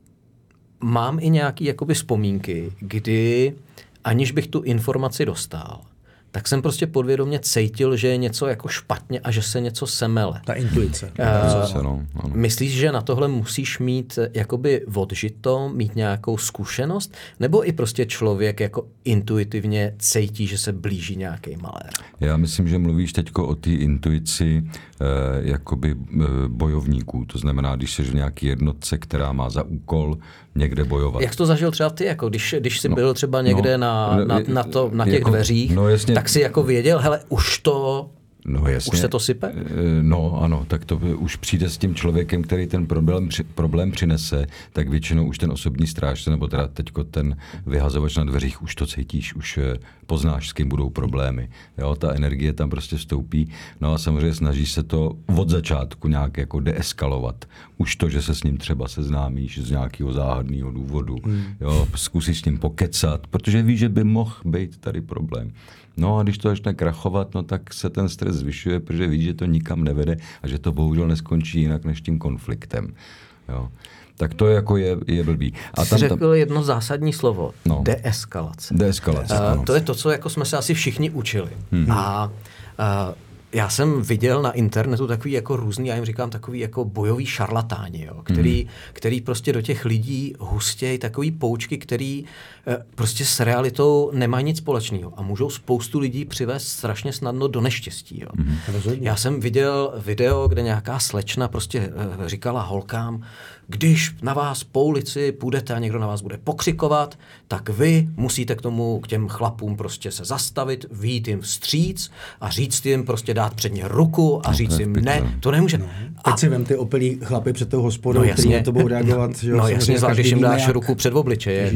mám i nějaké jakoby vzpomínky, kdy aniž bych tu informaci dostal, tak jsem prostě podvědomě cítil, že je něco jako špatně a že se něco semele. Ta intuice. Uh, no, myslíš, že na tohle musíš mít jakoby odžito, mít nějakou zkušenost, nebo i prostě člověk jako intuitivně cítí, že se blíží nějaký malér? Já myslím, že mluvíš teďko o té intuici eh, jakoby eh, bojovníků. To znamená, když jsi v nějaký jednotce, která má za úkol někde bojovat. Jak jsi to zažil třeba ty, jako když, když jsi no, byl třeba někde no, na, na, na, to, na těch jako, dveřích, no jasně, tak jsi jako věděl, hele, už to, no jasně, už se to sype? No ano, tak to už přijde s tím člověkem, který ten problém, problém přinese, tak většinou už ten osobní strážce, nebo teda teďko ten vyhazovač na dveřích, už to cítíš, už poznáš, s kým budou problémy. Jo, ta energie tam prostě vstoupí. No a samozřejmě snažíš se to od začátku nějak jako deeskalovat. Už to, že se s ním třeba seznámíš z nějakého záhadného důvodu. Hmm. Jo, zkusíš s ním pokecat, protože víš, že by mohl být tady problém. No a když to začne krachovat, no tak se ten stres zvyšuje, protože víš, že to nikam nevede a že to bohužel neskončí jinak než tím konfliktem. Jo. Tak to jako je, je blbý. A tam, řekl tam... jedno zásadní slovo. No. Deeskalace. Deeskalace. Uh, to je to, co jako jsme se asi všichni učili. Hmm. A uh, já jsem viděl na internetu takový jako různý, já jim říkám takový jako bojový šarlatáni, jo, který, hmm. který prostě do těch lidí hustějí takový poučky, který eh, prostě s realitou nemají nic společného a můžou spoustu lidí přivést strašně snadno do neštěstí. Jo. Hmm. Já jsem viděl video, kde nějaká slečna prostě eh, říkala holkám, když na vás po ulici půjdete a někdo na vás bude pokřikovat, tak vy musíte k tomu, k těm chlapům prostě se zastavit, vyjít jim vstříc a říct jim, prostě dát před ně ruku a no, říct jim ne, to nemůže. No. A teď si vem ty opilí chlapy před tou hospodou, no, který na to budou reagovat. Že no jasně, zvlášť, když jim dáš jak... ruku před obličeje.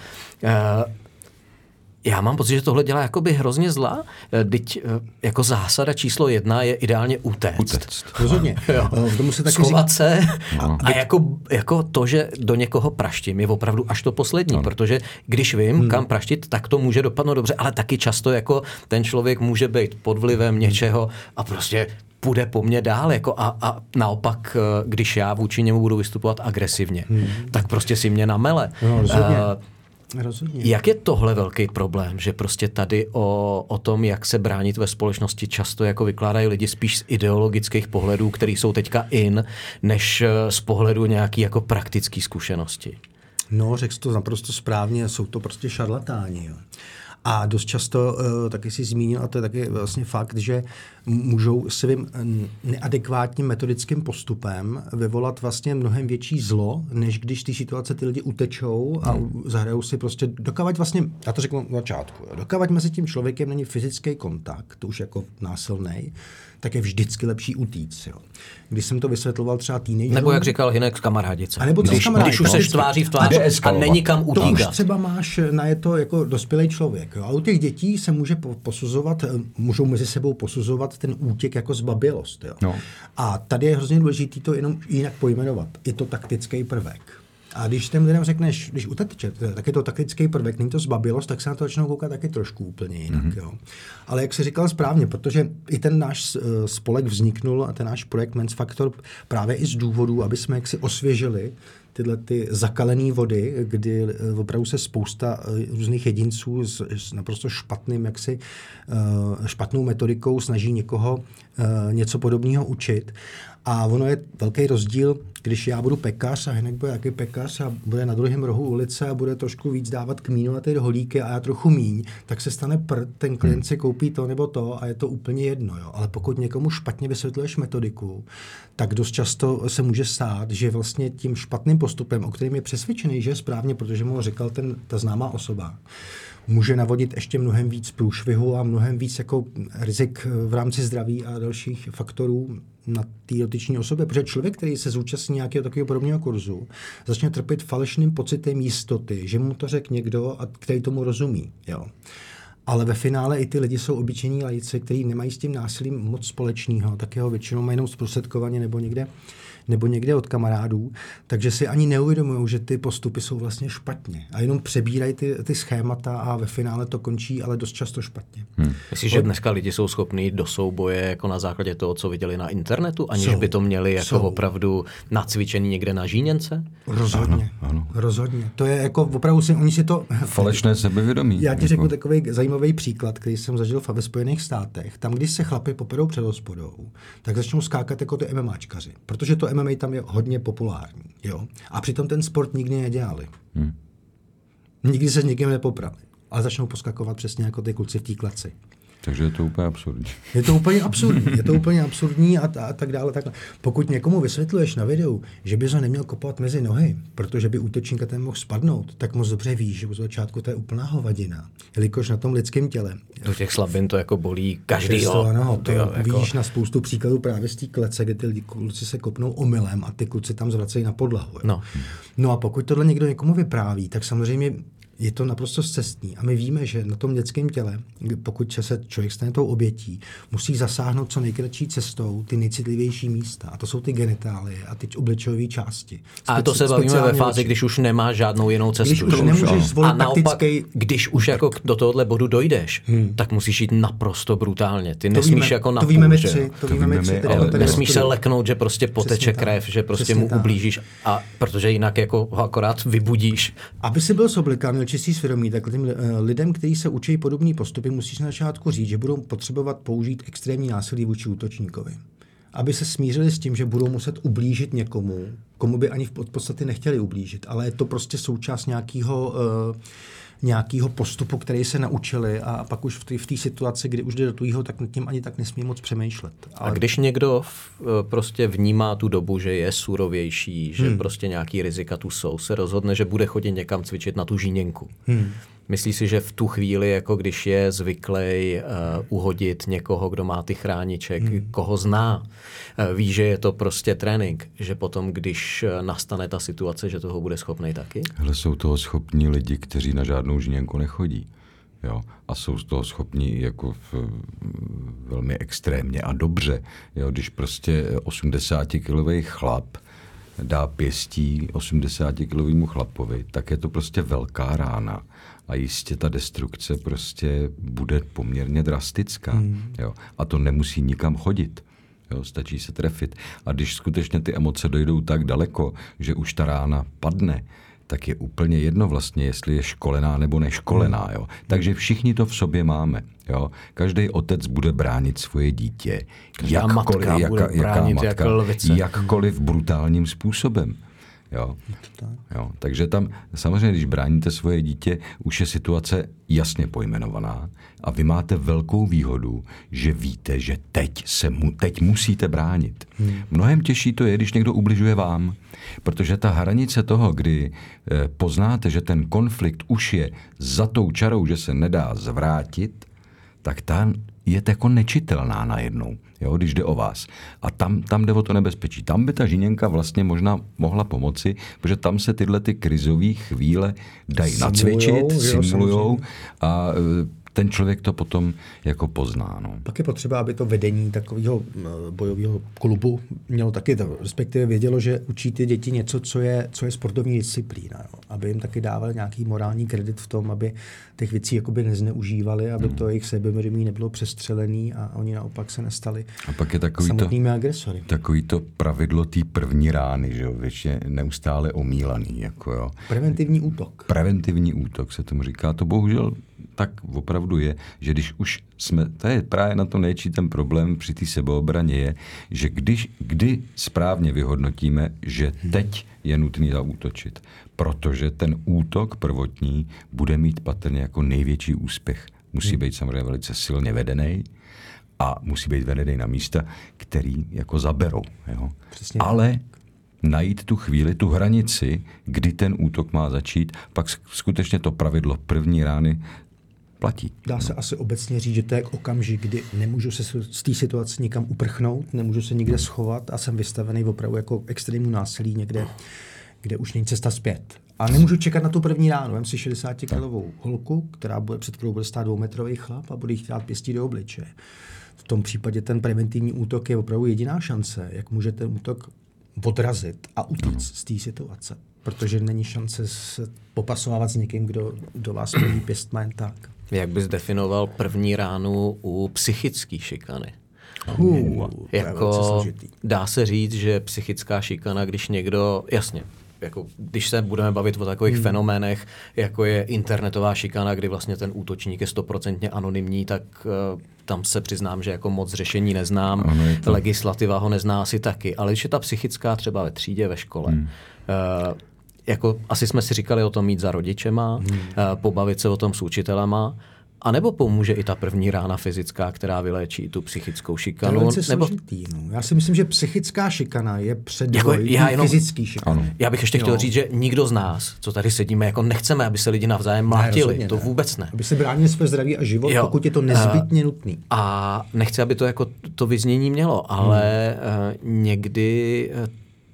Já mám pocit, že tohle dělá jakoby hrozně zla. Teď jako zásada číslo jedna je ideálně utéct. Utéct. Rozhodně. Schovat se no. a jako, jako to, že do někoho praštím, je opravdu až to poslední, no. protože když vím, hmm. kam praštit, tak to může dopadnout dobře, ale taky často jako ten člověk může být pod vlivem něčeho a prostě půjde po mně dál, jako a, a naopak, když já vůči němu budu vystupovat agresivně, hmm. tak prostě si mě namele. No, rozhodně. Uh, Rozhodně. Jak je tohle velký problém, že prostě tady o, o tom, jak se bránit ve společnosti, často jako vykládají lidi spíš z ideologických pohledů, které jsou teďka in, než z pohledu nějaký jako praktický zkušenosti? No, řekl jsi to naprosto správně, jsou to prostě šarlatáni. Jo. A dost často uh, taky si zmínil, a to je taky vlastně fakt, že můžou svým neadekvátním metodickým postupem vyvolat vlastně mnohem větší zlo, než když ty situace ty lidi utečou a hmm. zahrajou si prostě, dokavať vlastně, já to řeknu na začátku, dokavať mezi tím člověkem není fyzický kontakt, to už jako násilnej, tak je vždycky lepší utíct. Jo. Když jsem to vysvětloval třeba teenagerům... Nebo jak říkal Hinek z kamaradice. A nebo když, kamarádi, když už seš tváří v tvář a není kam utíkat. To už třeba máš na je to jako dospělý člověk. Jo. A u těch dětí se může posuzovat, můžou mezi sebou posuzovat ten útěk jako zbabělost. Jo. No. A tady je hrozně důležité to jenom jinak pojmenovat. Je to taktický prvek. A když těm lidem řekneš, když uteče, tak je to taktický prvek, není to zbabělost, tak se na to začnou koukat taky trošku úplně jinak. Mm-hmm. Jo. Ale jak jsi říkal správně, protože i ten náš spolek vzniknul a ten náš projekt Men's Factor právě i z důvodu, aby jsme jaksi osvěžili tyhle ty zakalené vody, kdy opravdu se spousta různých jedinců s, s naprosto špatným, jaksi špatnou metodikou snaží někoho něco podobného učit. A ono je velký rozdíl, když já budu pekař a Hinek bude jaký pekař a bude na druhém rohu ulice a bude trošku víc dávat kmínu na ty rohlíky a já trochu míň, tak se stane prd, ten klient si koupí to nebo to a je to úplně jedno. Jo. Ale pokud někomu špatně vysvětluješ metodiku, tak dost často se může stát, že vlastně tím špatným postupem, o kterým je přesvědčený, že je správně, protože mu ho říkal ten, ta známá osoba, může navodit ještě mnohem víc průšvihu a mnohem víc jako rizik v rámci zdraví a dalších faktorů na té dotyčné osobě. Protože člověk, který se zúčastní nějakého takového podobného kurzu, začne trpět falešným pocitem jistoty, že mu to řekl někdo, a který tomu rozumí. Jo. Ale ve finále i ty lidi jsou obyčejní laici, kteří nemají s tím násilím moc společného, tak jeho většinou mají jenom zprostředkovaně nebo někde nebo někde od kamarádů, takže si ani neuvědomují, že ty postupy jsou vlastně špatně. A jenom přebírají ty, ty schémata a ve finále to končí, ale dost často špatně. Hmm. Myslíš, že dneska lidi jsou schopní do souboje jako na základě toho, co viděli na internetu, aniž jsou, by to měli jako jsou. opravdu nacvičený někde na žíněnce? Rozhodně. Ano, ano. Rozhodně. To je jako opravdu si, oni si to... Falešné sebevědomí. Já ti jako. řeknu takový zajímavý příklad, který jsem zažil ve Spojených státech. Tam, když se chlapi poperou před hospodou, tak začnou skákat jako ty MMAčkaři, protože to M M A tam je hodně populární. Jo? A přitom ten sport nikdy nedělali. Hmm. Nikdy se s nikým nepoprali. Ale začnou poskakovat přesně jako ty kluci v té kleci. Takže je to úplně absurdní. Je to úplně absurdní. Je to úplně absurdní a, t- a tak dále. Takhle. Pokud někomu vysvětluješ na videu, že bys ho neměl kopovat mezi nohy, protože by útočníka ten mohl spadnout, tak moc dobře víš, že u začátku to je úplná hovadina. Jelikož na tom lidském těle. Do těch slabin to jako bolí každýho. To, ano, to jo, vidíš jako... na spoustu příkladů právě z té klece, kde ty kluci se kopnou omylem a ty kluci tam zvracejí na podlahu. No. no a pokud tohle někdo někomu vypráví, tak samozřejmě je to naprosto scestný. A my víme, že na tom lidském těle, pokud se člověk stane tou obětí, musí zasáhnout co nejkratší cestou ty nejcitlivější místa. A to jsou ty genitálie a ty obličejové části. A to se bavíme ve fázi, když už nemá žádnou jinou cestu. Když už nemůžeš zvolit a naopak, taktický... když už jako do tohohle bodu dojdeš, hmm. tak musíš jít naprosto brutálně. Ty to nesmíš víme, jako na to půl, víme my že? tři, to, to víme my tři. Ale nesmíš se leknout, že prostě poteče krev, že prostě Přesně mu tak. ublížíš, a protože jinak jako ho akorát vybudíš. Aby si byl soblika, měl čistý svědomí, tak tím lidem, kteří se učí podobné postupy, musíš na začátku říct, že budou potřebovat použít extrémní násilí vůči útočníkovi. Aby se smířili s tím, že budou muset ublížit někomu, komu by ani v podstatě nechtěli ublížit, ale je to prostě součást nějakého uh, nějakého postupu, který se naučili, a pak už v té situaci, kdy už jde do tvýho, tak nad tím ani tak nesmí moc přemýšlet. Ale... A když někdo v, prostě vnímá tu dobu, že je surovější, že hmm. prostě nějaký rizika tu jsou, se rozhodne, že bude chodit někam cvičit na tu žíněnku. Hmm. Myslíš si, že v tu chvíli, jako když je zvyklý uh, uhodit někoho, kdo má ty chrániček, hmm. koho zná, uh, ví, že je to prostě trénink, že potom, když nastane ta situace, že toho bude schopnej taky? Hele, jsou toho schopní lidi, kteří na žádnou žíněnku nechodí. Jo? A jsou z toho schopní jako v, velmi extrémně a dobře. Jo? Když prostě osmdesátikilový chlap dá pěstí osmdesátikilovému chlapovi, tak je to prostě velká rána. A jistě ta destrukce prostě bude poměrně drastická. Hmm. Jo? A to nemusí nikam chodit. Jo? Stačí se trefit. A když skutečně ty emoce dojdou tak daleko, že už ta rána padne, tak je úplně jedno vlastně, jestli je školená nebo neškolená. Jo? Takže všichni to v sobě máme. Jo? Každý otec bude bránit svoje dítě. Jakkoliv, matka jaka, bude jaká bránit matka, jako lvice. jakkoliv brutálním způsobem. Jo? Jo. Takže tam samozřejmě, když bráníte svoje dítě, už je situace jasně pojmenovaná a vy máte velkou výhodu, že víte, že teď, se mu, teď musíte bránit. Hmm. Mnohem těžší to je, když někdo ubližuje vám, protože ta hranice toho, kdy eh, poznáte, že ten konflikt už je za tou čarou, že se nedá zvrátit, tak ta je jako nečitelná najednou, jo, když jde o vás. A tam, tam jde o to nebezpečí. Tam by ta žíněnka vlastně možná mohla pomoci, protože tam se tyhle ty krizové chvíle dají simulujou, nacvičit, simulujou a ten člověk to potom jako pozná. No. Pak je potřeba, aby to vedení takového bojového klubu mělo taky to, respektive vědělo, že učí ty děti něco, co je, co je sportovní disciplína. Jo. Aby jim taky dávali nějaký morální kredit v tom, aby těch věcí jakoby nezneužívali, aby to jejich sebevědomí nebylo přestřelený a oni naopak se nestali a pak je takový samotnými to, agresory. Takový to pravidlo té první rány, že jo, většině neustále omílaný. Jako jo. Preventivní útok. Preventivní útok se tomu říká. To bohužel tak opravdu je, že když už jsme, to je právě na to největší ten problém při té sebeobraně je, že když, kdy správně vyhodnotíme, že teď je nutný zaútočit, protože ten útok prvotní bude mít patrně jako největší úspěch. Musí být samozřejmě velice silně vedený a musí být vedený na místa, který jako zaberou. Jo? Přesně. Ale najít tu chvíli, tu hranici, kdy ten útok má začít, pak skutečně to pravidlo první rány platí. Dá se asi obecně říct, že to je okamžik, kdy nemůžu se z té situace nikam uprchnout, nemůžu se nikde schovat a jsem vystavený opravdu jako extrémnímu násilí někde, kde už není cesta zpět. A nemůžu čekat na tu první ránu. Vem si šedesátikilovou holku, která bude, před kterou bude stát dvoumetrový chlap a bude jí chtát pěstí do obličeje. V tom případě ten preventivní útok je opravdu jediná šance, jak může ten útok odrazit a utíct z té situace. Protože není šance se popasovávat s někým, kdo do vás mluví pěstma jen tak. Jak bys definoval první ránu u psychické šikany? Uh, jako dá se říct, že psychická šikana, když někdo, jasně, jako když se budeme bavit o takových hmm. fenoménech, jako je internetová šikana, kdy vlastně ten útočník je stoprocentně anonymní, tak uh, tam se přiznám, že jako moc řešení neznám, to... legislativa ho nezná asi taky, ale když je ta psychická třeba ve třídě, ve škole, hmm. uh, jako asi jsme si říkali o tom mít za rodičema, hmm. uh, pobavit se o tom s učitelema, a nebo pomůže i ta první rána fyzická, která vyléčí tu psychickou šikanu? To je nebo... složitý, no. Já si myslím, že psychická šikana je jako předvoj já jenom... fyzický šikany. Já bych ještě chtěl jo. říct, že nikdo z nás, co tady sedíme, jako nechceme, aby se lidi navzájem mlátili. Ne, to ne. vůbec ne. Aby se bránili své zdraví a život, jo. pokud je to nezbytně uh, nutný. A nechci, aby to jako to vyznění mělo, ale hmm. uh, někdy, uh,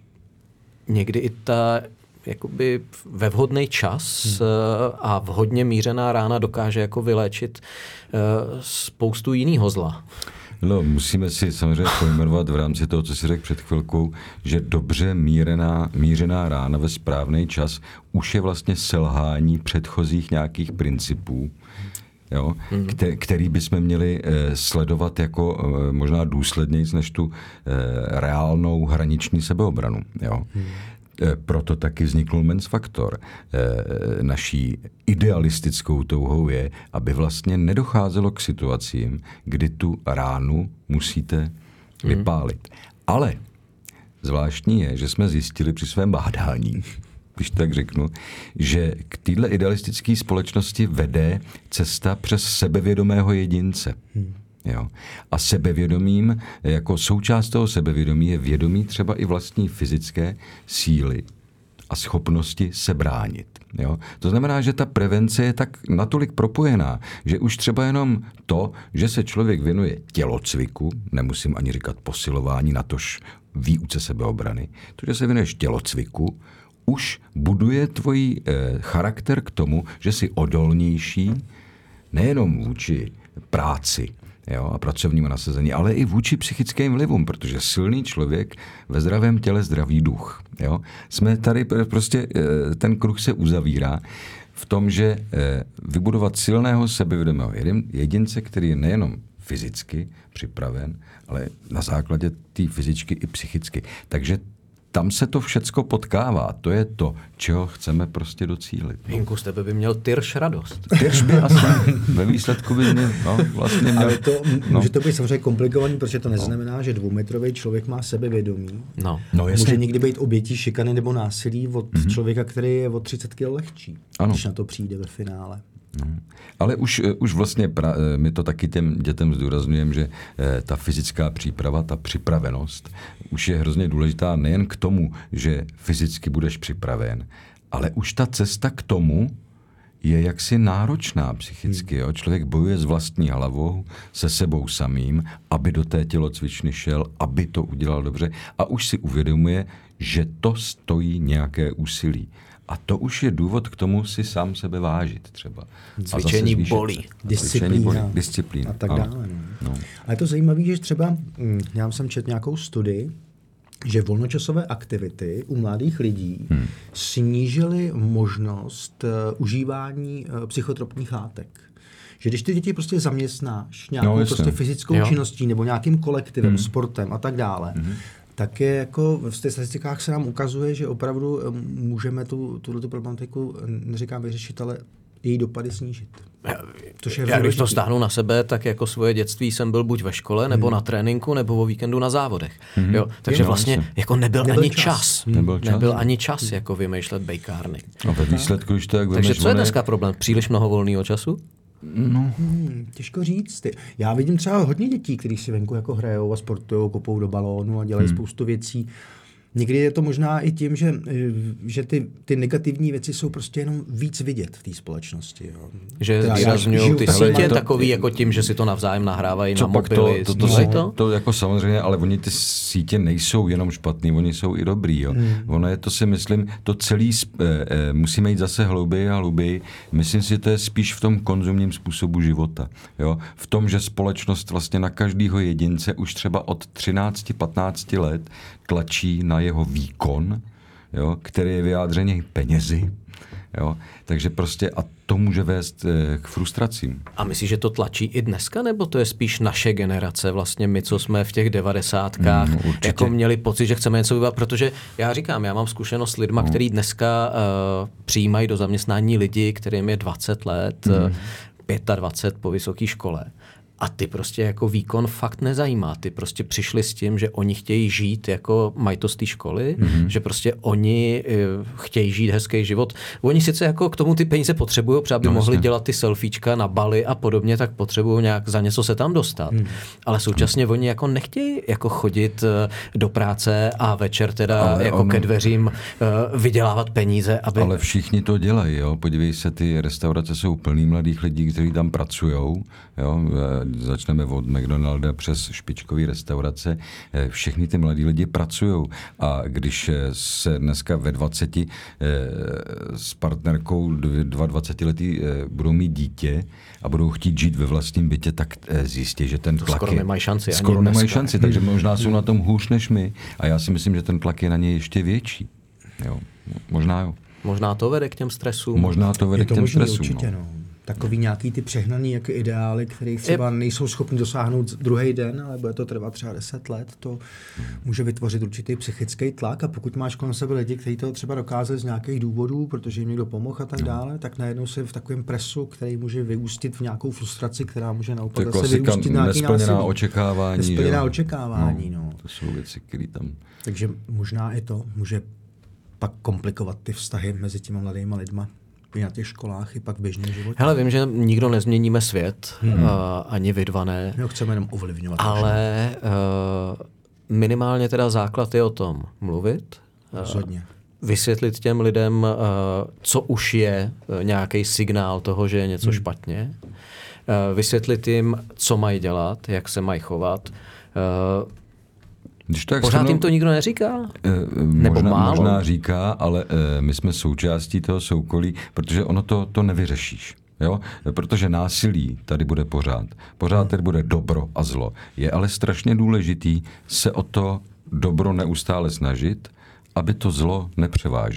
někdy i ta jakoby ve vhodný čas hmm. a vhodně mířená rána dokáže jako vyléčit uh, spoustu jinýho zla. No, musíme si samozřejmě pojmenovat v rámci toho, co si řekl před chvilkou, že dobře mířená, mířená rána ve správný čas už je vlastně selhání předchozích nějakých principů, jo, hmm. kter, který bychom měli eh, sledovat jako eh, možná důslednějc než tu eh, reálnou hraniční sebeobranu. Jo. Hmm. Proto taky vznikl Men's Faktor. E, naší idealistickou touhou je, aby vlastně nedocházelo k situacím, kdy tu ránu musíte vypálit. Mm. Ale zvláštní je, že jsme zjistili při svém bádání, když tak řeknu, že k téhle idealistické společnosti vede cesta přes sebevědomého jedince. Mm. Jo. A sebevědomím, jako součást toho sebevědomí je vědomí třeba i vlastní fyzické síly a schopnosti se bránit. Jo. To znamená, že ta prevence je tak natolik propojená, že už třeba jenom to, že se člověk věnuje tělocviku, nemusím ani říkat posilování, natož výuce sebeobrany, to, že se věnuješ tělocviku, už buduje tvůj eh, charakter k tomu, že jsi odolnější nejenom vůči práci, jo, a pracovnímu nasazení, ale i vůči psychickým vlivům, protože silný člověk ve zdravém těle zdravý duch. Jo. Jsme tady prostě, ten kruh se uzavírá v tom, že vybudovat silného sebevědomého jedince, který je nejenom fyzicky připraven, ale na základě té fyzičky i psychicky. Takže tam se to všecko potkává. To je to, čeho chceme prostě docílit. No. Hinku, z tebe by měl Tyrš radost. Tyrš by asi ve výsledku by mě, no, vlastně měl. Ale to no. může to být samozřejmě komplikovaný, protože to neznamená, že dvoumetrový člověk má sebevědomí. No. No, může někdy být obětí šikany nebo násilí od mm-hmm. člověka, který je o třicet kilo lehčí, ano. když na to přijde ve finále. No. Ale už, už vlastně pra, my to taky těm dětem zdůrazňujeme, že ta fyzická příprava, ta připravenost už je hrozně důležitá nejen k tomu, že fyzicky budeš připraven, ale už ta cesta k tomu je jaksi náročná psychicky. Jo? Člověk bojuje s vlastní hlavou, se sebou samým, aby do té tělocvičny šel, aby to udělal dobře a už si uvědomuje, že to stojí nějaké úsilí. A to už je důvod k tomu si sám sebe vážit třeba. Cvičení bolí. Disciplína. Disciplína. A tak dále. No. No. A je to zajímavé, že třeba, já jsem četl nějakou studii, že volnočasové aktivity u mladých lidí hmm. snížily možnost uh, užívání uh, psychotropních látek. Že když ty děti prostě zaměstnáš nějakou no, prostě fyzickou jo. činností nebo nějakým kolektivem, hmm. sportem a tak dále, hmm. tak je jako v těch statistikách se nám ukazuje, že opravdu můžeme tu, tuto problematiku, neříkám vyřešit, ale její dopady snížit. Já, já když to stáhnu na sebe, tak jako svoje dětství jsem byl buď ve škole, nebo hmm. na tréninku, nebo o víkendu na závodech. Hmm. Jo, takže vlastně jako nebyl, nebyl ani čas. čas. Hmm. Nebyl, čas. nebyl ani čas jako vymýšlet bejkárny. A ve výsledku už to jak Takže co je dneska problém? Příliš mnoho volného času? No. Hmm, těžko říct. Já vidím třeba hodně dětí, kteří si venku jako hrajou a sportujou, kopou do balónu a dělají hmm. spoustu věcí. Někdy je to možná i tím, že, že ty, ty negativní věci jsou prostě jenom víc vidět v té společnosti. Jo. Že zvýrazňují ty sítě takový jako tím, že si to navzájem nahrávají na mobily. To, to, to, to? to jako samozřejmě, ale oni ty sítě nejsou jenom špatný, oni jsou i dobrý. Jo. Hmm. Ono je to si myslím, to celý eh, eh, musíme jít zase hlouběji a hlouběji. Myslím si, že to je spíš v tom konzumním způsobu života. Jo. V tom, že společnost vlastně na každého jedince už třeba od třináct patnáct let tlačí na jeho výkon, jo, který je vyjádřený penězi. Jo. Takže prostě a to může vést e, k frustracím. A myslíš, že to tlačí i dneska, nebo to je spíš naše generace, vlastně my, co jsme v těch devadesátkách, mm, jako měli pocit, že chceme něco vyvat, protože já říkám, já mám zkušenost s lidma, no. který dneska uh, přijímají do zaměstnání lidi, kterým je dvacet let, mm. uh, dvacet pět po vysoké škole. A ty prostě jako výkon fakt nezajímá. Ty prostě přišli s tím, že oni chtějí žít jako mají to z té školy, mm-hmm. že prostě oni uh, chtějí žít hezký život. Oni sice jako k tomu ty peníze potřebují, třeba by no, mohli jasně. dělat ty selfiečka na Bali a podobně, tak potřebují nějak za něco se tam dostat. Mm. Ale současně oni jako nechtějí jako chodit uh, do práce a večer teda ale jako on... ke dveřím uh, vydělávat peníze. Aby... Ale všichni to dělají, jo. Podívej se, ty restaurace jsou plný mladých lidí, kteří tam pracujou, jo. Začneme od McDonalda přes špičkový restaurace. Všechny ty mladí lidi pracují. A když se dneska ve dvaceti s partnerkou dvacetiletí budou mít dítě a budou chtít žít ve vlastním bytě, tak zjistí, že ten to tlak skoro je... nemají šanci. Skoro nemají šanci, takže možná jsou na tom hůř než my. A já si myslím, že ten tlak je na ně ještě větší. Jo. Možná jo. Možná to vede k těm stresům. Možná to vede to k těm stresům. Určitě, no. Takový nějaký ty přehnaný jako ideály, kterých třeba nejsou schopni dosáhnout druhý den, ale bude to trvat třeba deset let, to může vytvořit určitý psychický tlak a pokud máš kolem sebe lidi, kteří to třeba dokázali z nějakých důvodů, protože jim někdo pomohl a tak dále, tak najednou se v takovém presu, který může vyústit v nějakou frustraci, která může naopak zase vyústit nějaký nesplněná očekávání. Nesplněná jo. očekávání, no. no. To jsou věci, které tam... Takže možná i to může pak komplikovat ty vztahy mezi těma mladýma lidma. I na těch školách, i pak v běžném životě. Hele, vím, že nikdo nezměníme svět, hmm. uh, ani vy dva ne. My ho chceme jenom ovlivňovat. Ale uh, minimálně teda základ je o tom mluvit. Rozhodně. Uh, vysvětlit těm lidem, uh, co už je uh, nějaký signál toho, že je něco hmm. špatně. Uh, vysvětlit jim, co mají dělat, jak se mají chovat. Uh, Když tak Pořád jim to nikdo neříká? Eh, Nebo možná, málo? Možná říká, ale eh, my jsme součástí toho soukolí, protože ono to, to nevyřešíš. Jo? Protože násilí tady bude pořád. Pořád tady bude dobro a zlo. Je ale strašně důležitý se o to dobro neustále snažit, aby to zlo nepřevážilo.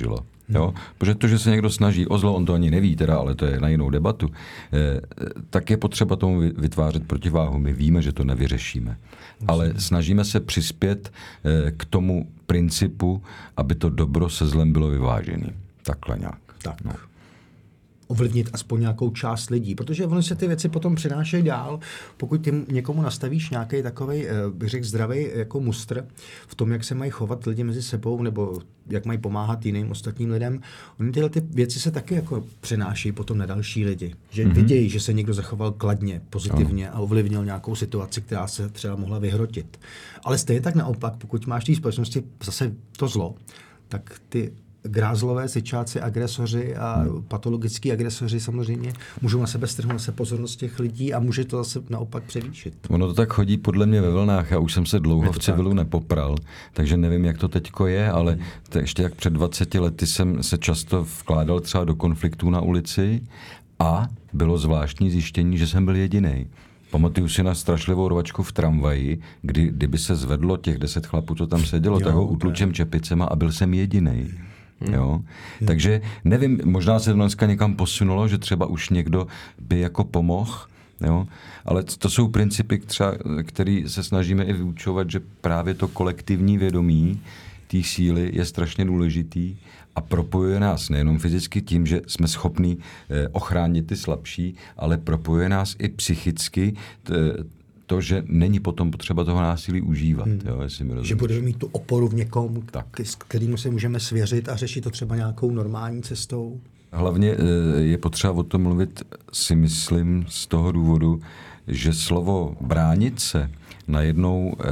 Jo? Protože to, že se někdo snaží o zlo, on to ani neví, teda, ale to je na jinou debatu, eh, tak je potřeba tomu vytvářet protiváhu. My víme, že to nevyřešíme. Ale snažíme se přispět eh, k tomu principu, aby to dobro se zlem bylo vyvážený. Takhle nějak. Tak. No. Ovlivnit aspoň nějakou část lidí, protože ono se ty věci potom přenášejí dál. Pokud ty někomu nastavíš nějaký takovej, bych řekl, zdravý jako mustr v tom, jak se mají chovat lidi mezi sebou, nebo jak mají pomáhat jiným ostatním lidem, oni tyhle ty věci se taky jako přenášejí potom na další lidi. Že mm-hmm. vidějí, že se někdo zachoval kladně, pozitivně a ovlivnil nějakou situaci, která se třeba mohla vyhrotit. Ale stejně tak naopak, pokud máš v té společnosti zase to zlo, tak ty grázlové, syčáci, agresoři a hmm. patologický agresoři samozřejmě můžou na sebe strhnout se pozornost těch lidí a může to zase naopak převýšit. Ono to tak chodí podle mě ve vlnách. Já už jsem se dlouho v civilu tak. nepopral, takže nevím, jak to teďko je, ale hmm. to ještě jak před dvaceti lety jsem se často vkládal třeba do konfliktů na ulici a bylo zvláštní zjištění, že jsem byl jedinej. Pamatuju si na strašlivou rvačku v tramvaji, kdy kdyby se zvedlo těch deset chlapů, co tam sedělo, jo, tak ho utlučem čepicema a byl jsem jedinej. Hmm. Jo? Hmm. Takže nevím, možná se to dneska někam posunulo, že třeba už někdo by jako pomohl, jo? Ale to jsou principy, třeba, které se snažíme i vyučovat, že právě to kolektivní vědomí té síly je strašně důležitý a propojuje nás nejenom fyzicky tím, že jsme schopní eh, ochránit ty slabší, ale propojuje nás i psychicky t, to, že není potom potřeba toho násilí užívat. Hmm. Jo, jestli mi rozumíš. Že budeme mít tu oporu v někom, tak. s kterým se můžeme svěřit a řešit to třeba nějakou normální cestou. Hlavně je potřeba o tom mluvit, si myslím, z toho důvodu, že slovo bránit se najednou eh,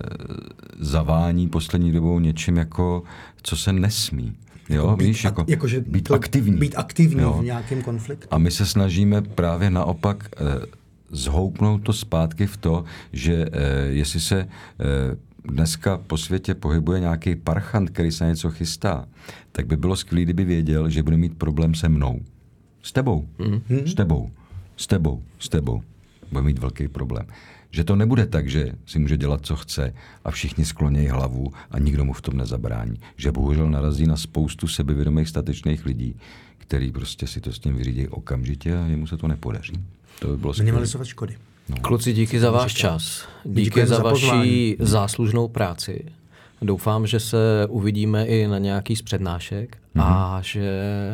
zavání poslední dobou něčím jako, co se nesmí. Jo, být, víš, jako, jako že být aktivní. Být aktivní jo. v nějakém konfliktu. A my se snažíme právě naopak eh, zhoupnout to zpátky v to, že eh, jestli se eh, dneska po světě pohybuje nějaký parchant, který se něco chystá, tak by bylo skvělé, kdyby věděl, že bude mít problém se mnou. S tebou. Mm-hmm. S tebou. S tebou. S tebou. Bude mít velký problém. Že to nebude tak, že si může dělat, co chce a všichni sklonějí hlavu a nikdo mu v tom nezabrání. Že bohužel narazí na spoustu sebevědomých statečných lidí, který prostě si to s tím vyřídí okamžitě a jemu se to nepodaří. To by bylo skvělé. Minimalizovat škody. No. Kluci, díky za váš čas. Díky Děkujeme za, za vaši záslužnou práci. Doufám, že se uvidíme i na nějaký z přednášek mm-hmm. a že,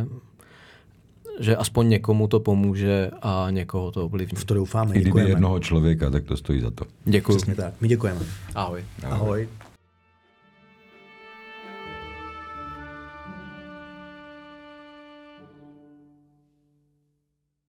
že aspoň někomu to pomůže a někoho to ovlivní. V to doufáme. I kdyby jednoho člověka, tak to stojí za to. Děkuji. Přesně tak. My děkujeme. Ahoj. Ahoj. Ahoj.